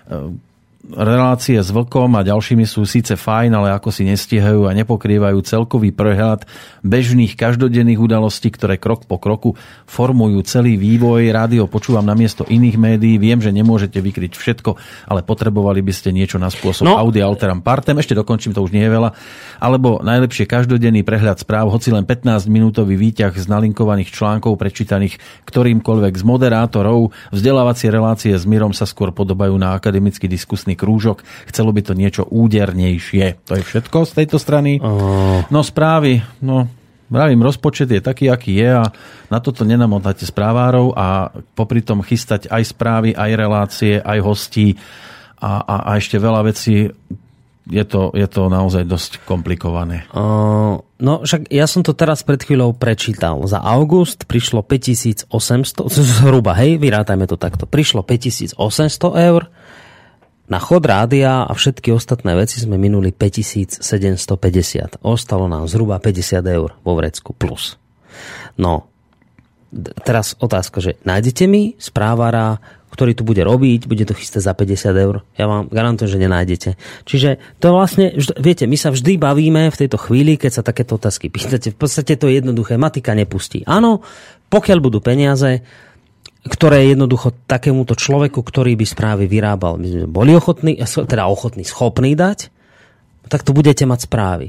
Relácie s Vlkom a ďalšími sú síce fajn, ale ako si nestihajú a nepokrývajú celkový prehľad bežných každodenných udalostí, ktoré krok po kroku formujú celý vývoj. Rádio počúvam namiesto iných médií. Viem, že nemôžete vykryť všetko, ale potrebovali by ste niečo na spôsob no. Audi Alteram Partem. Ešte dokončím, to už nie je veľa. Alebo najlepšie každodenný prehľad správ, hoci len pätnásťminútový výťah z nalinkovaných článkov prečítaných ktorýmkoľvek z moderátorov. Vzdelávacie relácie s Mirom sa skôr podobajú na akademický diskusný krúžok. Chcelo by to niečo údernejšie. To je všetko z tejto strany. Oh. No správy, no vravím, rozpočet je taký, aký je a na toto nenamotáte správárov a popri tom chystať aj správy, aj relácie, aj hostí a, a, a ešte veľa vecí. Je to, je to naozaj dosť komplikované. Uh, no však ja som to teraz pred chvíľou prečítal. Za august prišlo päťtisícosemsto, zhruba, hej, vyrátajme to takto. Prišlo päťtisícosemsto eur. Na chod rádia a všetky ostatné veci sme minuli päťtisícsedemstopäťdesiat. Ostalo nám zhruba päťdesiat eur vo vrecku plus. No, teraz otázka, že nájdete mi správára, ktorý tu bude robiť, bude to chystať za päťdesiat eur? Ja vám garantujem, že nenájdete. Čiže to vlastne, viete, my sa vždy bavíme v tejto chvíli, keď sa takéto otázky pýtate. V podstate to je jednoduché, matika nepustí. Áno, pokiaľ budú peniaze, ktoré jednoducho takémuto človeku, ktorý by správy vyrábal, my sme boli ochotní, teda ochotní, schopní dať, tak to budete mať správy.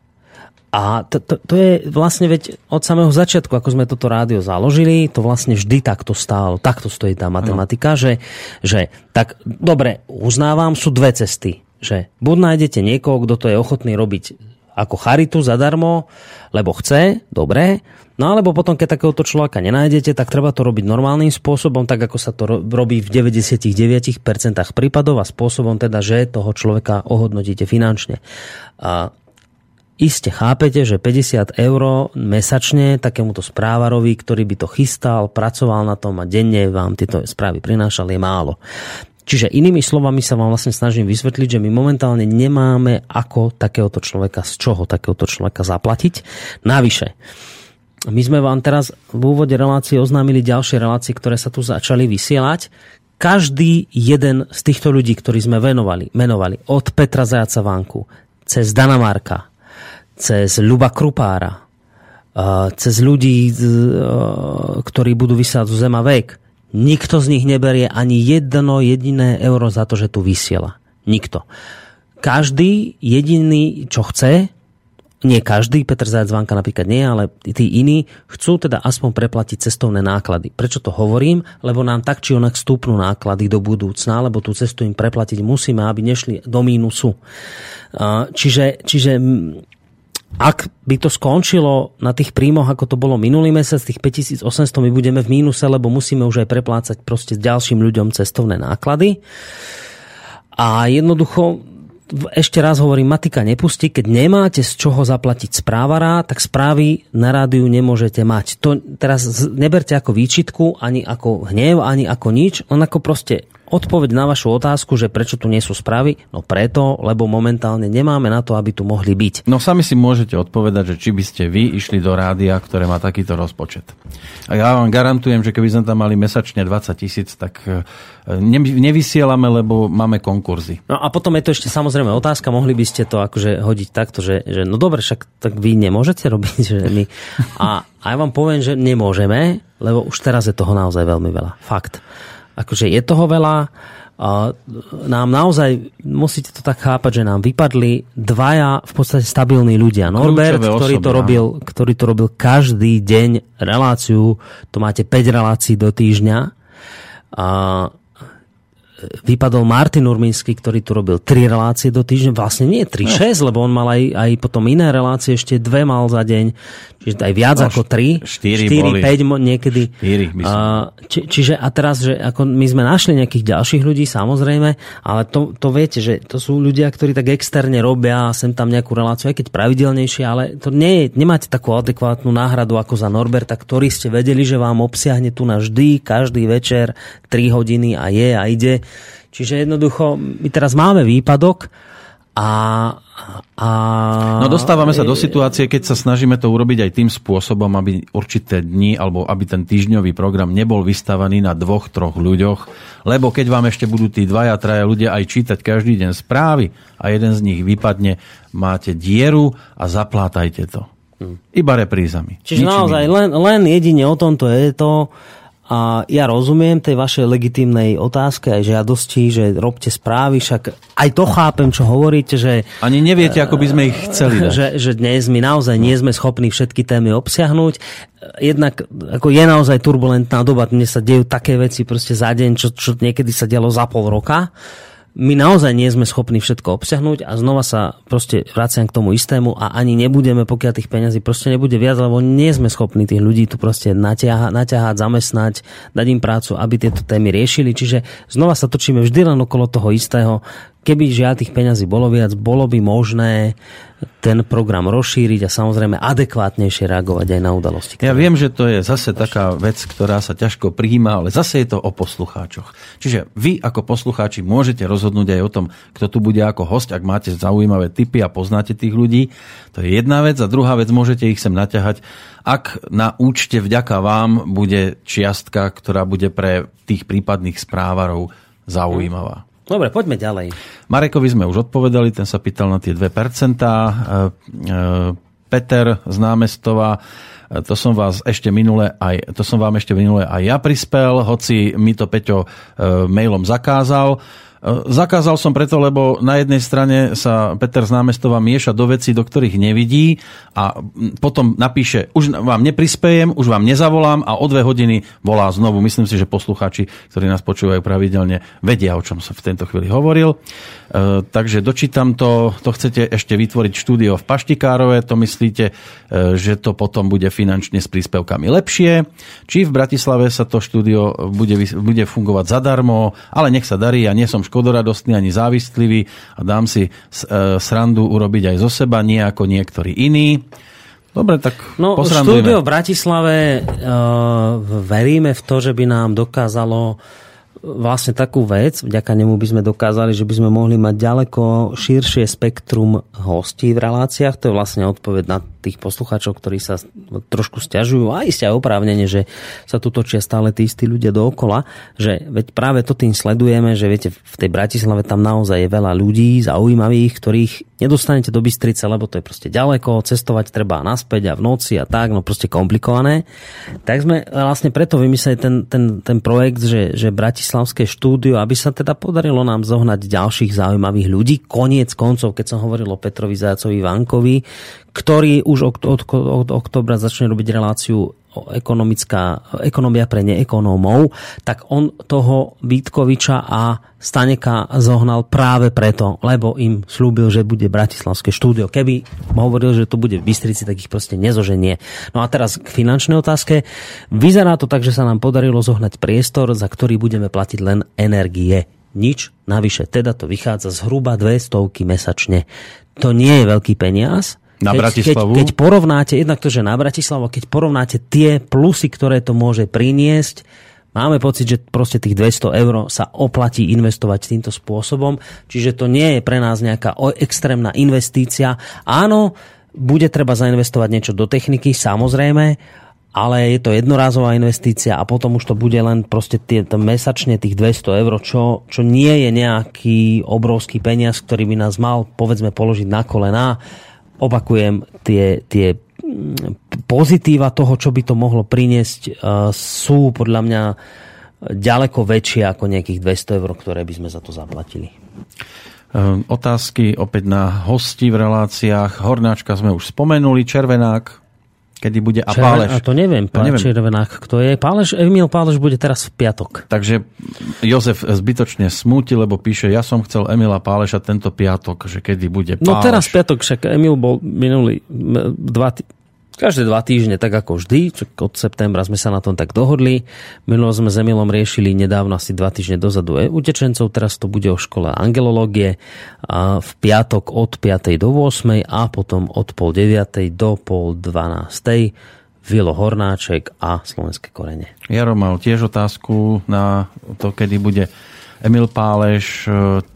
A to, to, to je vlastne veď od samého začiatku, ako sme toto rádio založili, to vlastne vždy takto stálo. Takto stojí tá matematika, no. že, že tak dobre, uznávam, sú dve cesty. Že buď nájdete niekoho, kto to je ochotný robiť ako charitu zadarmo, lebo chce, dobre, no alebo potom, keď takéhoto človeka nenájdete, tak treba to robiť normálnym spôsobom, tak ako sa to robí v deväťdesiatdeväť percent prípadov a spôsobom teda, že toho človeka ohodnotíte finančne. A iste chápete, že päťdesiat eur mesačne takémuto správarovi, ktorý by to chystal, pracoval na tom a denne vám tieto správy prinášal, je málo. Čiže inými slovami sa vám vlastne snažím vysvetliť, že my momentálne nemáme ako takéhoto človeka, z čoho takéhoto človeka zaplatiť. Navyše, my sme vám teraz v úvode relácie oznámili ďalšie relácie, ktoré sa tu začali vysielať. Každý jeden z týchto ľudí, ktorí sme venovali, menovali od Petra Zajaca Vanku, cez Dana Marka, cez Ľuba Krupára, cez ľudí, ktorí budú vysielať zo Zema vek, nikto z nich neberie ani jedno jediné euro za to, že tu vysiela. Nikto. Každý jediný, čo chce, nie každý, Peter Zajac Vanka napríklad nie, ale tí iní chcú teda aspoň preplatiť cestovné náklady. Prečo to hovorím? Lebo nám tak či onak stúpnú náklady do budúcna, lebo tú cestu im preplatiť musíme, aby nešli do mínusu. Čiže, čiže ak by to skončilo na tých príjmoch, ako to bolo minulý mesiac, tých päťtisícosemsto, my budeme v mínuse, lebo musíme už aj preplácať proste ďalším ľuďom cestovné náklady. A jednoducho, ešte raz hovorím, matika nepustí, keď nemáte z čoho zaplatiť správara, tak správy na rádiu nemôžete mať. To teraz neberte ako výčitku, ani ako hnev, ani ako nič, len ako proste odpoveď na vašu otázku, že prečo tu nie sú správy? No preto, lebo momentálne nemáme na to, aby tu mohli byť. No sami si môžete odpovedať, že či by ste vy išli do rádia, ktoré má takýto rozpočet. A ja vám garantujem, že keby sme tam mali mesačne dvadsať tisíc, tak nevysielame, lebo máme konkurzy. No a potom je to ešte samozrejme otázka, mohli by ste to akože hodiť takto, že, že no dobre, však tak vy nemôžete robiť, že my... A, a ja vám poviem, že nemôžeme, lebo už teraz je toho naozaj veľmi veľa. Fakt. Akože je toho veľa. A nám naozaj, musíte to tak chápať, že nám vypadli dvaja v podstate stabilní ľudia. Norbert, ktorý to, robil, ktorý to robil každý deň reláciu, to máte päť relácií do týždňa. A vypadol Martin Urmínsky, ktorý tu robil tri relácie do týždňa, vlastne nie tri šesť, lebo on mal aj, aj potom iné relácie, ešte dve mal za deň, čiže aj viac no, ako tri, štyri, päť niekedy. štyri, uh, či, čiže a teraz, že ako my sme našli nejakých ďalších ľudí, samozrejme, ale to, to viete, že to sú ľudia, ktorí tak externe robia sem tam nejakú reláciu, aj keď pravidelnejšie, ale to nie je, nemáte takú adekvátnu náhradu ako za Norberta, ktorý ste vedeli, že vám obsiahne tu na vždy, každý večer tri hodiny a je a ide. Čiže jednoducho, my teraz máme výpadok a... a... No dostávame sa do situácie, keď sa snažíme to urobiť aj tým spôsobom, aby určité dni alebo aby ten týždňový program nebol vystavaný na dvoch, troch ľuďoch, lebo keď vám ešte budú tí dvaja, traja ľudia aj čítať každý deň správy a jeden z nich vypadne, máte dieru a zaplátajte to. Hmm. Iba reprízami. Čiže naozaj len, len jedine o tomto je to. A ja rozumiem tej vašej legitímnej otázke aj žiadosti, že robte správy, však aj to chápem, čo hovoríte, že... Ani neviete, ako by sme ich chceli dať. Že, že dnes my naozaj nie sme schopní všetky témy obsiahnuť. Jednak ako je naozaj turbulentná doba, mne sa dejú také veci proste za deň, čo, čo niekedy sa dialo za pol roka. My naozaj nie sme schopní všetko obsiahnuť a znova sa proste vraciam k tomu istému a ani nebudeme, pokiaľ tých peňazí proste nebude viac, lebo nie sme schopní tých ľudí tu proste naťahať, naťahať, zamestnať, dať im prácu, aby tieto témy riešili. Čiže znova sa točíme vždy len okolo toho istého. Keby žiaľ tých peňazí bolo viac, bolo by možné ten program rozšíriť a samozrejme adekvátnejšie reagovať aj na udalosti. Ja viem, že to je zase taká vec, ktorá sa ťažko prijíma, ale zase je to o poslucháčoch. Čiže vy ako poslucháči môžete rozhodnúť aj o tom, kto tu bude ako host, ak máte zaujímavé tipy a poznáte tých ľudí. To je jedna vec a druhá vec, môžete ich sem naťahať, ak na účte vďaka vám bude čiastka, ktorá bude pre tých prípadných správarov zaujímavá. Dobre, poďme ďalej. Marekovi sme už odpovedali, ten sa pýtal na tie dve percentá. Peter z Námestova, to som vás ešte minule aj, to som vám ešte minule aj ja prispel, hoci mi to Peťo mailom zakázal. Zakázal som preto, lebo na jednej strane sa Peter z Námestova mieša do vecí, do ktorých nevidí a potom napíše, už vám neprispejem, už vám nezavolám a o dve hodiny volá znovu. Myslím si, že poslucháči, ktorí nás počúvajú pravidelne, vedia, o čom som v tejto chvíli hovoril. E, takže dočítam to, to chcete ešte vytvoriť štúdio v Paštikárove, to myslíte, e, že to potom bude finančne s príspevkami lepšie. Či v Bratislave sa to štúdio bude, bude fungovať zadarmo, ale nech sa darí, ja nie som škodoradostný ani závistlivý a dám si srandu urobiť aj zo seba, nie ako niektorí iní. Dobre, tak no, posrandujeme. Štúdio v Bratislave uh, veríme v to, že by nám dokázalo vlastne takú vec, vďaka nemu by sme dokázali, že by sme mohli mať ďaleko širšie spektrum hostí v reláciách. To je vlastne odpoveď na tých poslucháčov, ktorí sa trošku sťažujú a isté aj oprávnene, že sa tu točia stále tí istí ľudia dookola, že veď práve to tým sledujeme, že viete, v tej Bratislave tam naozaj je veľa ľudí zaujímavých, ktorých nedostanete do Bystrice, lebo to je proste ďaleko, cestovať treba naspäť a v noci a tak, no proste komplikované. Tak sme vlastne preto vymysleli ten, ten, ten projekt, že, že Bratislavské štúdio, aby sa teda podarilo nám zohnať ďalších zaujímavých ľudí. Koniec koncov, keď som hovoril o Petrovi Zajacovi Vankovi, ktorý už od, od, od oktobra začne robiť reláciu ekonomická, ekonomia pre neekonómov, tak on toho Vítkoviča a Staneka zohnal práve preto, lebo im slúbil, že bude Bratislavské štúdio. Keby hovoril, že to bude v Bystrici, tak ich proste nezoženie. No a teraz k finančnej otázke. Vyzerá to tak, že sa nám podarilo zohnať priestor, za ktorý budeme platiť len energie. Nič navyše. Teda to vychádza zhruba dvestovky mesačne. To nie je veľký peniaz. Na keď, Bratislavu? Keď, keď porovnáte, jednak to, že na Bratislavu, keď porovnáte tie plusy, ktoré to môže priniesť, máme pocit, že proste tých dvesto eur sa oplatí investovať týmto spôsobom. Čiže to nie je pre nás nejaká extrémna investícia. Áno, bude treba zainvestovať niečo do techniky, samozrejme, ale je to jednorázová investícia a potom už to bude len proste tie, mesačne tých dvesto eur, čo, čo nie je nejaký obrovský peniaz, ktorý by nás mal, povedzme, položiť na kolená. Opakujem, tie, tie pozitíva toho, čo by to mohlo priniesť, sú podľa mňa ďaleko väčšie ako nejakých dvesto eur, ktoré by sme za to zaplatili. Otázky opäť na hosti v reláciách. Hornáčka sme už spomenuli, Červenák. Kedy bude a Červen, Páleš. A to neviem, to neviem. Červenák, kto je. Páleš, Emil Páleš bude teraz v piatok. Takže Jozef zbytočne smúti, lebo píše, ja som chcel Emila Páleša tento piatok, že kedy bude Páleš. No teraz piatok, však Emil bol minulý dva tý... Každé dva týždne, tak ako vždy, od septembra sme sa na tom tak dohodli. Minulo sme s Emilom riešili nedávno, asi dva týždne dozadu e, utečencov, teraz to bude o škole angelológie a v piatok od piatej do ôsmej a potom od pol deviatej do pol dvanástej Vilo Hornáček a Slovenské korene. Jaro mal tiež otázku na to, kedy bude Emil Páleš.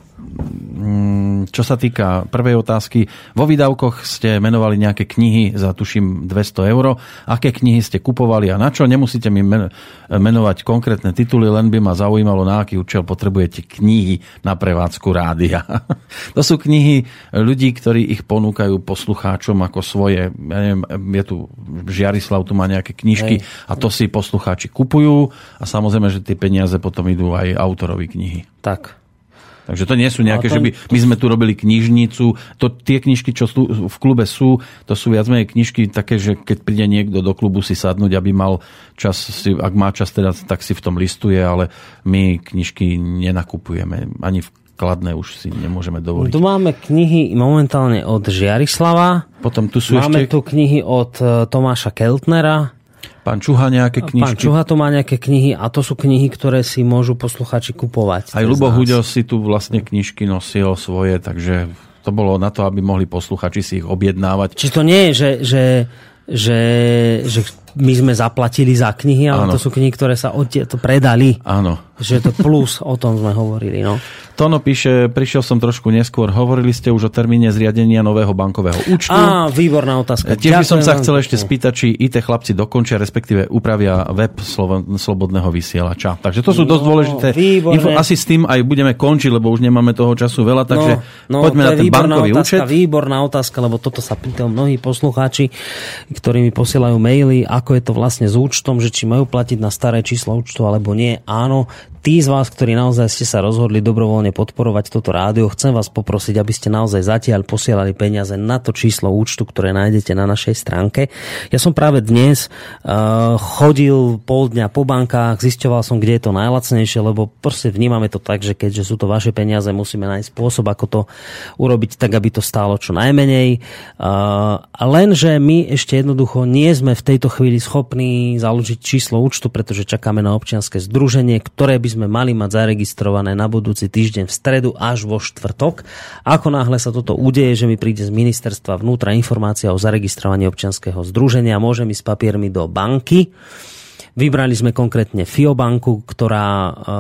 Čo sa týka prvej otázky, vo výdavkoch ste menovali nejaké knihy za tuším dvesto eur. Aké knihy ste kupovali a na čo? Nemusíte mi menovať konkrétne tituly, len by ma zaujímalo, na aký účel potrebujete knihy na prevádzku rádia. To sú knihy ľudí, ktorí ich ponúkajú poslucháčom ako svoje. Ja neviem, je tu Žiarislav, tu má nejaké knižky Hej. a to si poslucháči kupujú a samozrejme, že tie peniaze potom idú aj autorovi knihy. Tak. Takže to nie sú nejaké, to... že by my sme tu robili knižnicu. To, tie knižky, čo sú, v klube sú, to sú viac menej knižky také, že keď príde niekto do klubu si sadnúť, aby mal čas, si, ak má čas teda, tak si v tom listuje, ale my knižky nenakupujeme. Ani v Kladné už si nemôžeme dovoliť. Tu máme knihy momentálne od Žiarislava. Potom tu sú máme ešte... tu knihy od Tomáša Keltnera. Pán Čuha nejaké knižky. Pán Čuha to má nejaké knihy a to sú knihy, ktoré si môžu poslucháči kupovať. Aj Ľubo Huďo si tu vlastne knižky nosil svoje, takže to bolo na to, aby mohli posluchači si ich objednávať. Či to nie je, že, že, že, že my sme zaplatili za knihy, ale Áno. to sú knihy, ktoré sa odtiaľ predali. Áno. Že to plus, o tom sme hovorili. No. Tono píše, prišiel som trošku neskôr, hovorili ste už o termíne zriadenia nového bankového účtu. Á, výborná otázka. Tiež by som sa chcel ešte spýtať, či í té chlapci dokončia, respektíve upravia web Slobodného vysielača. Takže to sú dosť dôležité. No, asi s tým aj budeme končiť, lebo už nemáme toho času veľa, takže no, no, poďme na ten bankový otázka, účet. Výborná otázka, lebo toto sa pýtajú mnohí poslucháči, ktorí mi posielajú maily, ako je to vlastne s účtom, že či majú platiť na staré číslo účtu alebo nie. Áno, tí z vás, ktorí naozaj ste sa rozhodli dobrovoľne podporovať toto rádio, chcem vás poprosiť, aby ste naozaj zatiaľ posielali peniaze na to číslo účtu, ktoré nájdete na našej stránke. Ja som práve dnes uh, chodil pol dňa po bankách, zisťoval som, kde je to najlacnejšie, lebo proste vnímame to tak, že keďže sú to vaše peniaze, musíme nájsť spôsob, ako to urobiť tak, aby to stálo čo najmenej. Uh, lenže my ešte jednoducho nie sme v tejto chvíli schopní založiť číslo účtu, pretože čakáme na občianske združenie, ktoré by sme mali mať zaregistrované na budúci týždeň v stredu až vo štvrtok. Ako náhle sa toto udeje, že mi príde z ministerstva vnútra informácia o zaregistrovaní občianskeho združenia, môžem ísť s papiermi do banky. Vybrali sme konkrétne Fiobanku, ktorá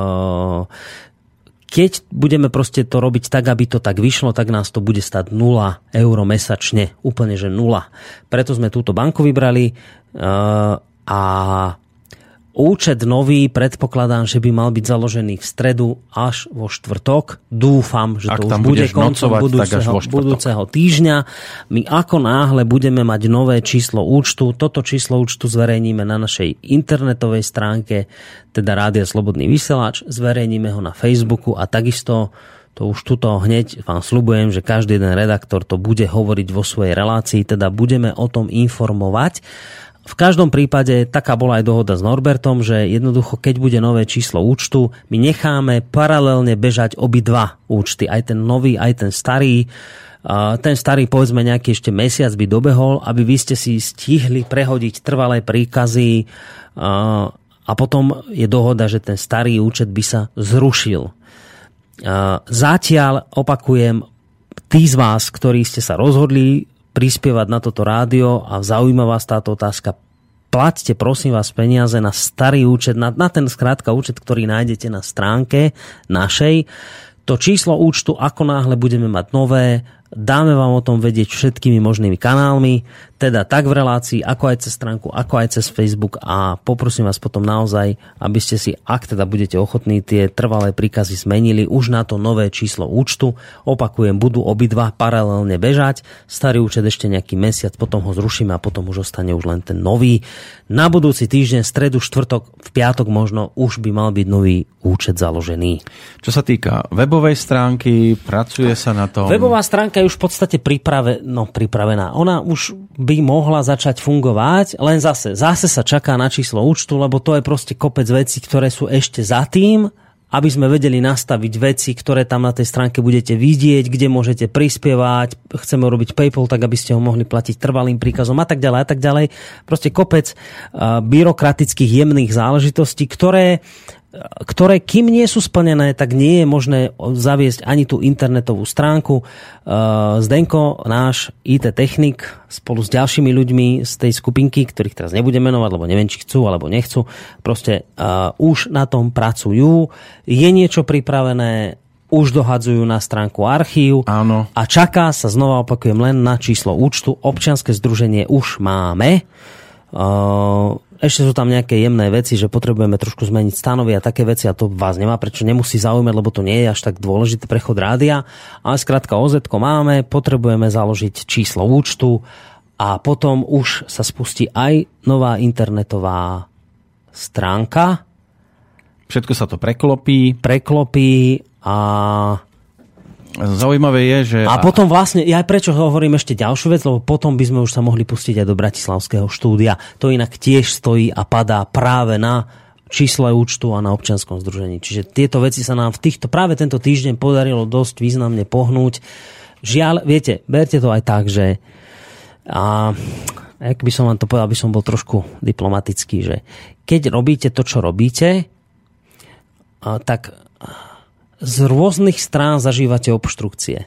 keď budeme proste to robiť tak, aby to tak vyšlo, tak nás to bude stať nula eur mesačne. Úplne, že nula. Preto sme túto banku vybrali a účet nový predpokladám, že by mal byť založený v stredu až vo štvrtok. Dúfam, že to už bude koncom budúceho, budúceho týždňa. My ako náhle budeme mať nové číslo účtu, toto číslo účtu zverejníme na našej internetovej stránke, teda Rádia Slobodný vysielač, zverejníme ho na Facebooku a takisto to už tuto hneď vám sľubujem, že každý jeden redaktor to bude hovoriť vo svojej relácii, teda budeme o tom informovať. V každom prípade taká bola aj dohoda s Norbertom, že jednoducho, keď bude nové číslo účtu, my necháme paralelne bežať obidva účty, aj ten nový, aj ten starý. Ten starý, povedzme, nejaký ešte mesiac by dobehol, aby vy ste si stihli prehodiť trvalé príkazy a potom je dohoda, že ten starý účet by sa zrušil. Zatiaľ, opakujem, tí z vás, ktorí ste sa rozhodli prispievať na toto rádio a zaujíma vás táto otázka, plaťte prosím vás peniaze na starý účet, na, na ten skrátka účet, ktorý nájdete na stránke našej. To číslo účtu, ako náhle budeme mať nové, dáme vám o tom vedieť všetkými možnými kanálmi, teda tak v relácii, ako aj cez stránku, ako aj cez Facebook a poprosím vás potom naozaj, aby ste si, ak teda budete ochotní, tie trvalé príkazy zmenili už na to nové číslo účtu. Opakujem, budú obidva paralelne bežať. Starý účet ešte nejaký mesiac, potom ho zrušíme a potom už ostane už len ten nový. Na budúci týždeň, stredu, štvrtok, v piatok možno už by mal byť nový účet založený. Čo sa týka webovej stránky, pracuje sa na tom. Webová stránka je už v podstate priprave, no, pripravená. Ona už by mohla začať fungovať, len zase, zase sa čaká na číslo účtu, lebo to je proste kopec vecí, ktoré sú ešte za tým, aby sme vedeli nastaviť veci, ktoré tam na tej stránke budete vidieť, kde môžete prispievať, chceme urobiť PayPal, tak aby ste ho mohli platiť trvalým príkazom a tak ďalej a tak ďalej. Proste kopec uh, byrokratických jemných záležitostí, ktoré, ktoré kým nie sú splnené, tak nie je možné zaviesť ani tú internetovú stránku. Uh, Zdenko, náš í té technik, spolu s ďalšími ľuďmi z tej skupinky, ktorých teraz nebudem menovať, lebo neviem, či chcú alebo nechcú, proste uh, už na tom pracujú. Je niečo pripravené, už dohadzujú na stránku archív. Áno. A čaká sa, znova opakujem, len na číslo účtu. Občianske združenie už máme. Uh, ešte sú tam nejaké jemné veci, že potrebujeme trošku zmeniť stanovy a také veci, a to vás nemá prečo, nemusí zaujímať, lebo to nie je až tak dôležité, prechod rádia. Ale skrátka ó zetko máme, potrebujeme založiť číslo účtu a potom už sa spustí aj nová internetová stránka. Všetko sa to preklopí. Preklopí a... Zaujímavé je, že... A potom vlastne, ja prečo hovorím ešte ďalšiu vec, lebo potom by sme už sa mohli pustiť aj do bratislavského štúdia. To inak tiež stojí a padá práve na čísle účtu a na občianskom združení. Čiže tieto veci sa nám v týchto, práve tento týždeň podarilo dosť významne pohnúť. Žiaľ, viete, berte to aj tak, že a ak by som vám to povedal, by som bol trošku diplomatický, že keď robíte to, čo robíte, a tak z rôznych strán zažívate obštrukcie.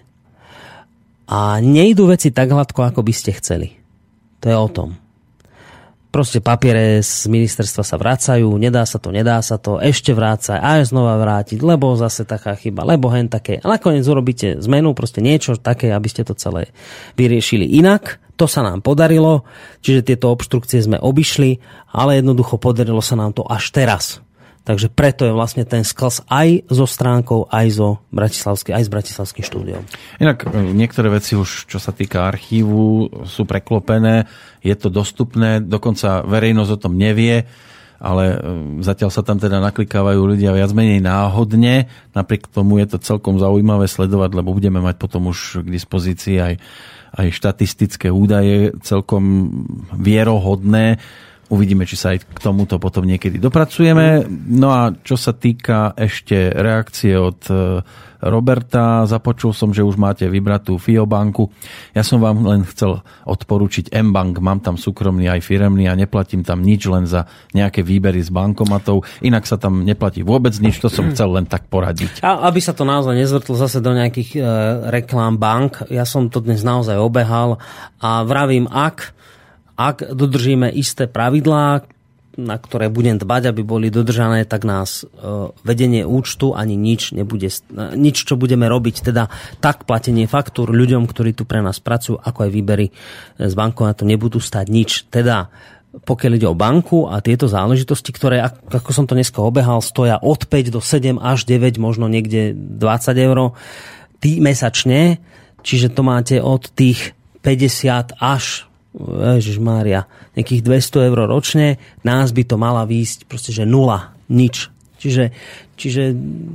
A nejdú veci tak hladko, ako by ste chceli. To je o tom. Proste papiere z ministerstva sa vracajú, nedá sa to, nedá sa to, ešte vrácať, aj znova vrátiť, lebo zase taká chyba, lebo hen také. A nakoniec urobíte zmenu, proste niečo také, aby ste to celé vyriešili inak. To sa nám podarilo, čiže tieto obštrukcie sme obišli, ale jednoducho podarilo sa nám to až teraz. Takže preto je vlastne ten sklz aj so stránkou, aj, zo bratislavskej, aj s bratislavským štúdiom. Inak niektoré veci už, čo sa týka archívu, sú preklopené, je to dostupné, dokonca verejnosť o tom nevie, ale zatiaľ sa tam teda naklikávajú ľudia viac menej náhodne. Napriek tomu je to celkom zaujímavé sledovať, lebo budeme mať potom už k dispozícii aj, aj štatistické údaje celkom vierohodné. Uvidíme, či sa aj k tomuto potom niekedy dopracujeme. No a čo sa týka ešte reakcie od Roberta, započul som, že už máte vybratú Fiobanku. Ja som vám len chcel odporučiť M-Bank. Mám tam súkromný aj firemný a neplatím tam nič, len za nejaké výbery z bankomatov. Inak sa tam neplatí vôbec nič, to som chcel len tak poradiť. A aby sa to naozaj nezvrtlo zase do nejakých e, reklám bank, ja som to dnes naozaj obehal a vravím, ak Ak dodržíme isté pravidlá, na ktoré budem dbať, aby boli dodržané, tak nás vedenie účtu ani nič nebude, nič, čo budeme robiť, teda tak platenie faktúr ľuďom, ktorí tu pre nás pracujú, ako aj výbery z bankomatu, nebudú stať nič. Teda pokiaľ ide o banku a tieto záležitosti, ktoré, ako som to dneska obehal, stoja od päť do sedem až deväť, možno niekde dvadsať eur tý mesačne, čiže to máte od tých päťdesiat až Ježišmária, nejakých dvesto eur ročne, nás by to mala výjsť proste, že nula, nič. Čiže, čiže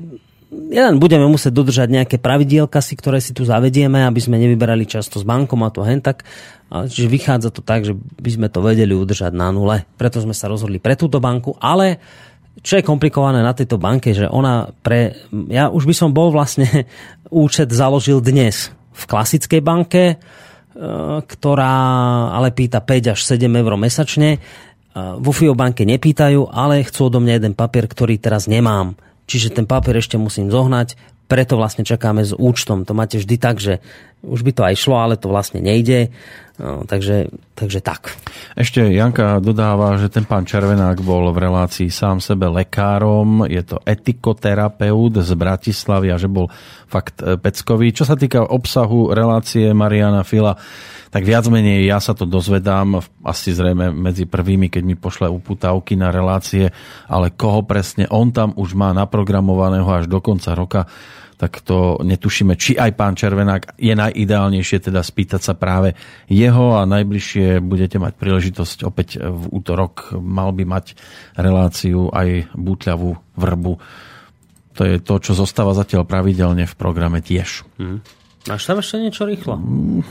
jeden budeme musieť dodržať nejaké pravidielka si, ktoré si tu zavedieme, aby sme nevyberali často z bankomatu a hen tak. Čiže vychádza to tak, že by sme to vedeli udržať na nule. Preto sme sa rozhodli pre túto banku, ale čo je komplikované na tejto banke, že ona pre... Ja už by som bol vlastne účet založil dnes v klasickej banke, ktorá ale pýta päť až sedem eur mesačne. Vo Fiobanke nepýtajú, ale chcú odo mňa jeden papier, ktorý teraz nemám. Čiže ten papier ešte musím zohnať, preto vlastne čakáme s účtom. To máte vždy tak, že už by to aj šlo, ale to vlastne nejde. No, takže, takže tak. Ešte Janka dodáva, že ten pán Červenák bol v relácii sám sebe lekárom, je to etikoterapeut z Bratislavy a že bol fakt peckový. Čo sa týka obsahu relácie Mariana Fila, tak viac menej ja sa to dozvedám, asi zrejme medzi prvými, keď mi pošle uputávky na relácie, ale koho presne on tam už má naprogramovaného až do konca roka, tak to netušíme, či aj pán Červenák. Je najideálnejšie teda spýtať sa práve jeho a najbližšie budete mať príležitosť opäť v útorok. Mal by mať reláciu aj Bútľavú vrbu. To je to, čo zostáva zatiaľ pravidelne v programe tiež. Hmm. Máš tam ešte niečo rýchlo?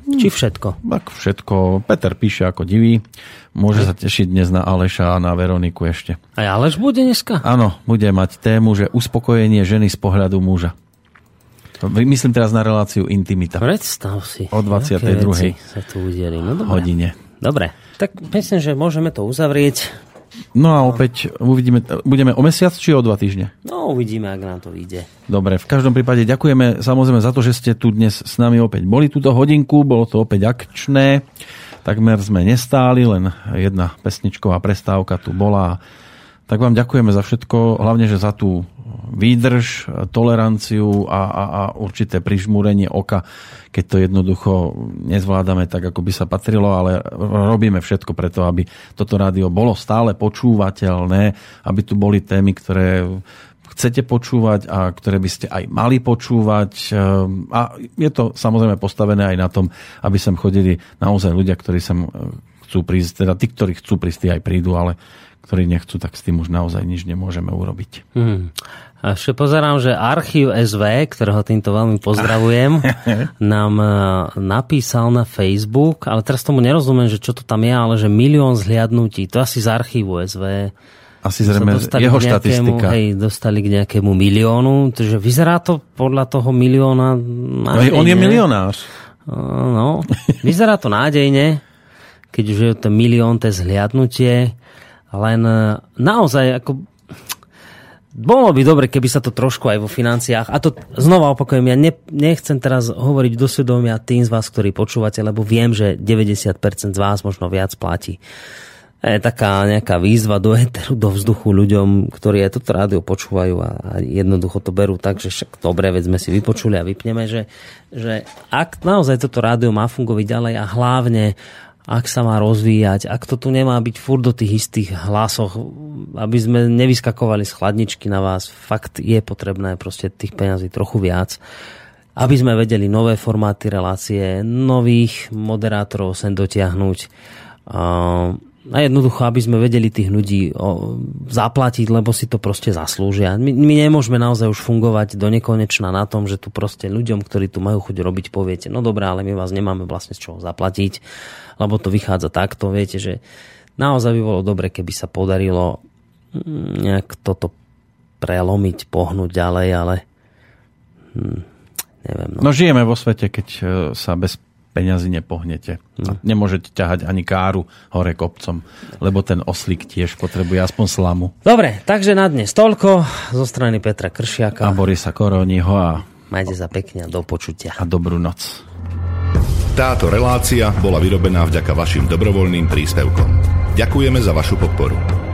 Či všetko? Tak všetko. Peter píše ako diví. Môže sa tešiť dnes na Aleša a na Veroniku ešte. A Aleš bude dneska? Áno, bude mať tému, že uspokojenie ženy z pohľadu muža. Myslím teraz na reláciu Intimita. Predstav si. O dvadsiatej druhej sa tu udeli. No dobre. hodine. Dobre, tak myslím, že môžeme to uzavrieť. No a opäť uvidíme, budeme o mesiac či o dva týždne? No uvidíme, ak nám to vyjde. Dobre, v každom prípade ďakujeme samozrejme za to, že ste tu dnes s nami opäť boli túto hodinku, bolo to opäť akčné, takmer sme nestáli, len jedna pesničková prestávka tu bola. Tak vám ďakujeme za všetko, hlavne, že za tú výdrž, toleranciu a, a, a určité prižmúrenie oka, keď to jednoducho nezvládame tak, ako by sa patrilo, ale robíme všetko preto, aby toto rádio bolo stále počúvateľné, aby tu boli témy, ktoré chcete počúvať a ktoré by ste aj mali počúvať. A je to samozrejme postavené aj na tom, aby sem chodili naozaj ľudia, ktorí sem chcú prísť, teda tí, ktorí chcú prísť, aj prídu, ale ktorí nechcú, tak s tým už naozaj nič nemôžeme urobiť. Hmm. A ešte pozerám, že Archív es vé, ktorého týmto veľmi pozdravujem, nám napísal na Facebook, ale teraz tomu nerozumiem, že čo to tam je, ale že milión zhliadnutí. To asi z Archívu es vé. Asi zrejme jeho štatistika. Hej, dostali k nejakému miliónu. Takže vyzerá to podľa toho milióna nádejne. No, on je milionář. No, vyzerá to nádejne, keď už je to milión, to zhliadnutie. Len naozaj, ako bolo by dobre, keby sa to trošku aj vo financiách, a to znova opakujem, ja ne, nechcem teraz hovoriť do svedomia tým z vás, ktorí počúvate, lebo viem, že deväťdesiat percent z vás možno viac platí. Je taká nejaká výzva do éteru, do vzduchu ľuďom, ktorí aj toto rádio počúvajú a jednoducho to berú tak, že však dobre, veď sme si vypočuli a vypneme, že, že ak naozaj toto rádio má fungovať ďalej a hlavne ak sa má rozvíjať, ak to tu nemá byť furt do tých istých hlasoch, aby sme nevyskakovali z chladničky na vás, fakt je potrebné proste tých peňazí trochu viac, aby sme vedeli nové formáty relácie, nových moderátorov sem dotiahnuť a jednoducho, aby sme vedeli tých ľudí zaplatiť, lebo si to proste zaslúžia. My, my nemôžeme naozaj už fungovať do nekonečna na tom, že tu proste ľuďom, ktorí tu majú chuť robiť, poviete, no dobré, ale my vás nemáme vlastne z čoho zaplatiť, lebo to vychádza takto. Viete, že naozaj by bolo dobre, keby sa podarilo nejak toto prelomiť, pohnúť ďalej, ale hm, neviem. No. no žijeme vo svete, keď sa bez peňazí nepohnete. A nemôžete ťahať ani káru hore kopcom, lebo ten oslík tiež potrebuje aspoň slamu. Dobre, takže na dnes toľko zo strany Petra Kršiaka a Borisa Koroniho a majte sa pekne a do počutia. A dobrú noc. Táto relácia bola vyrobená vďaka vašim dobrovoľným príspevkom. Ďakujeme za vašu podporu.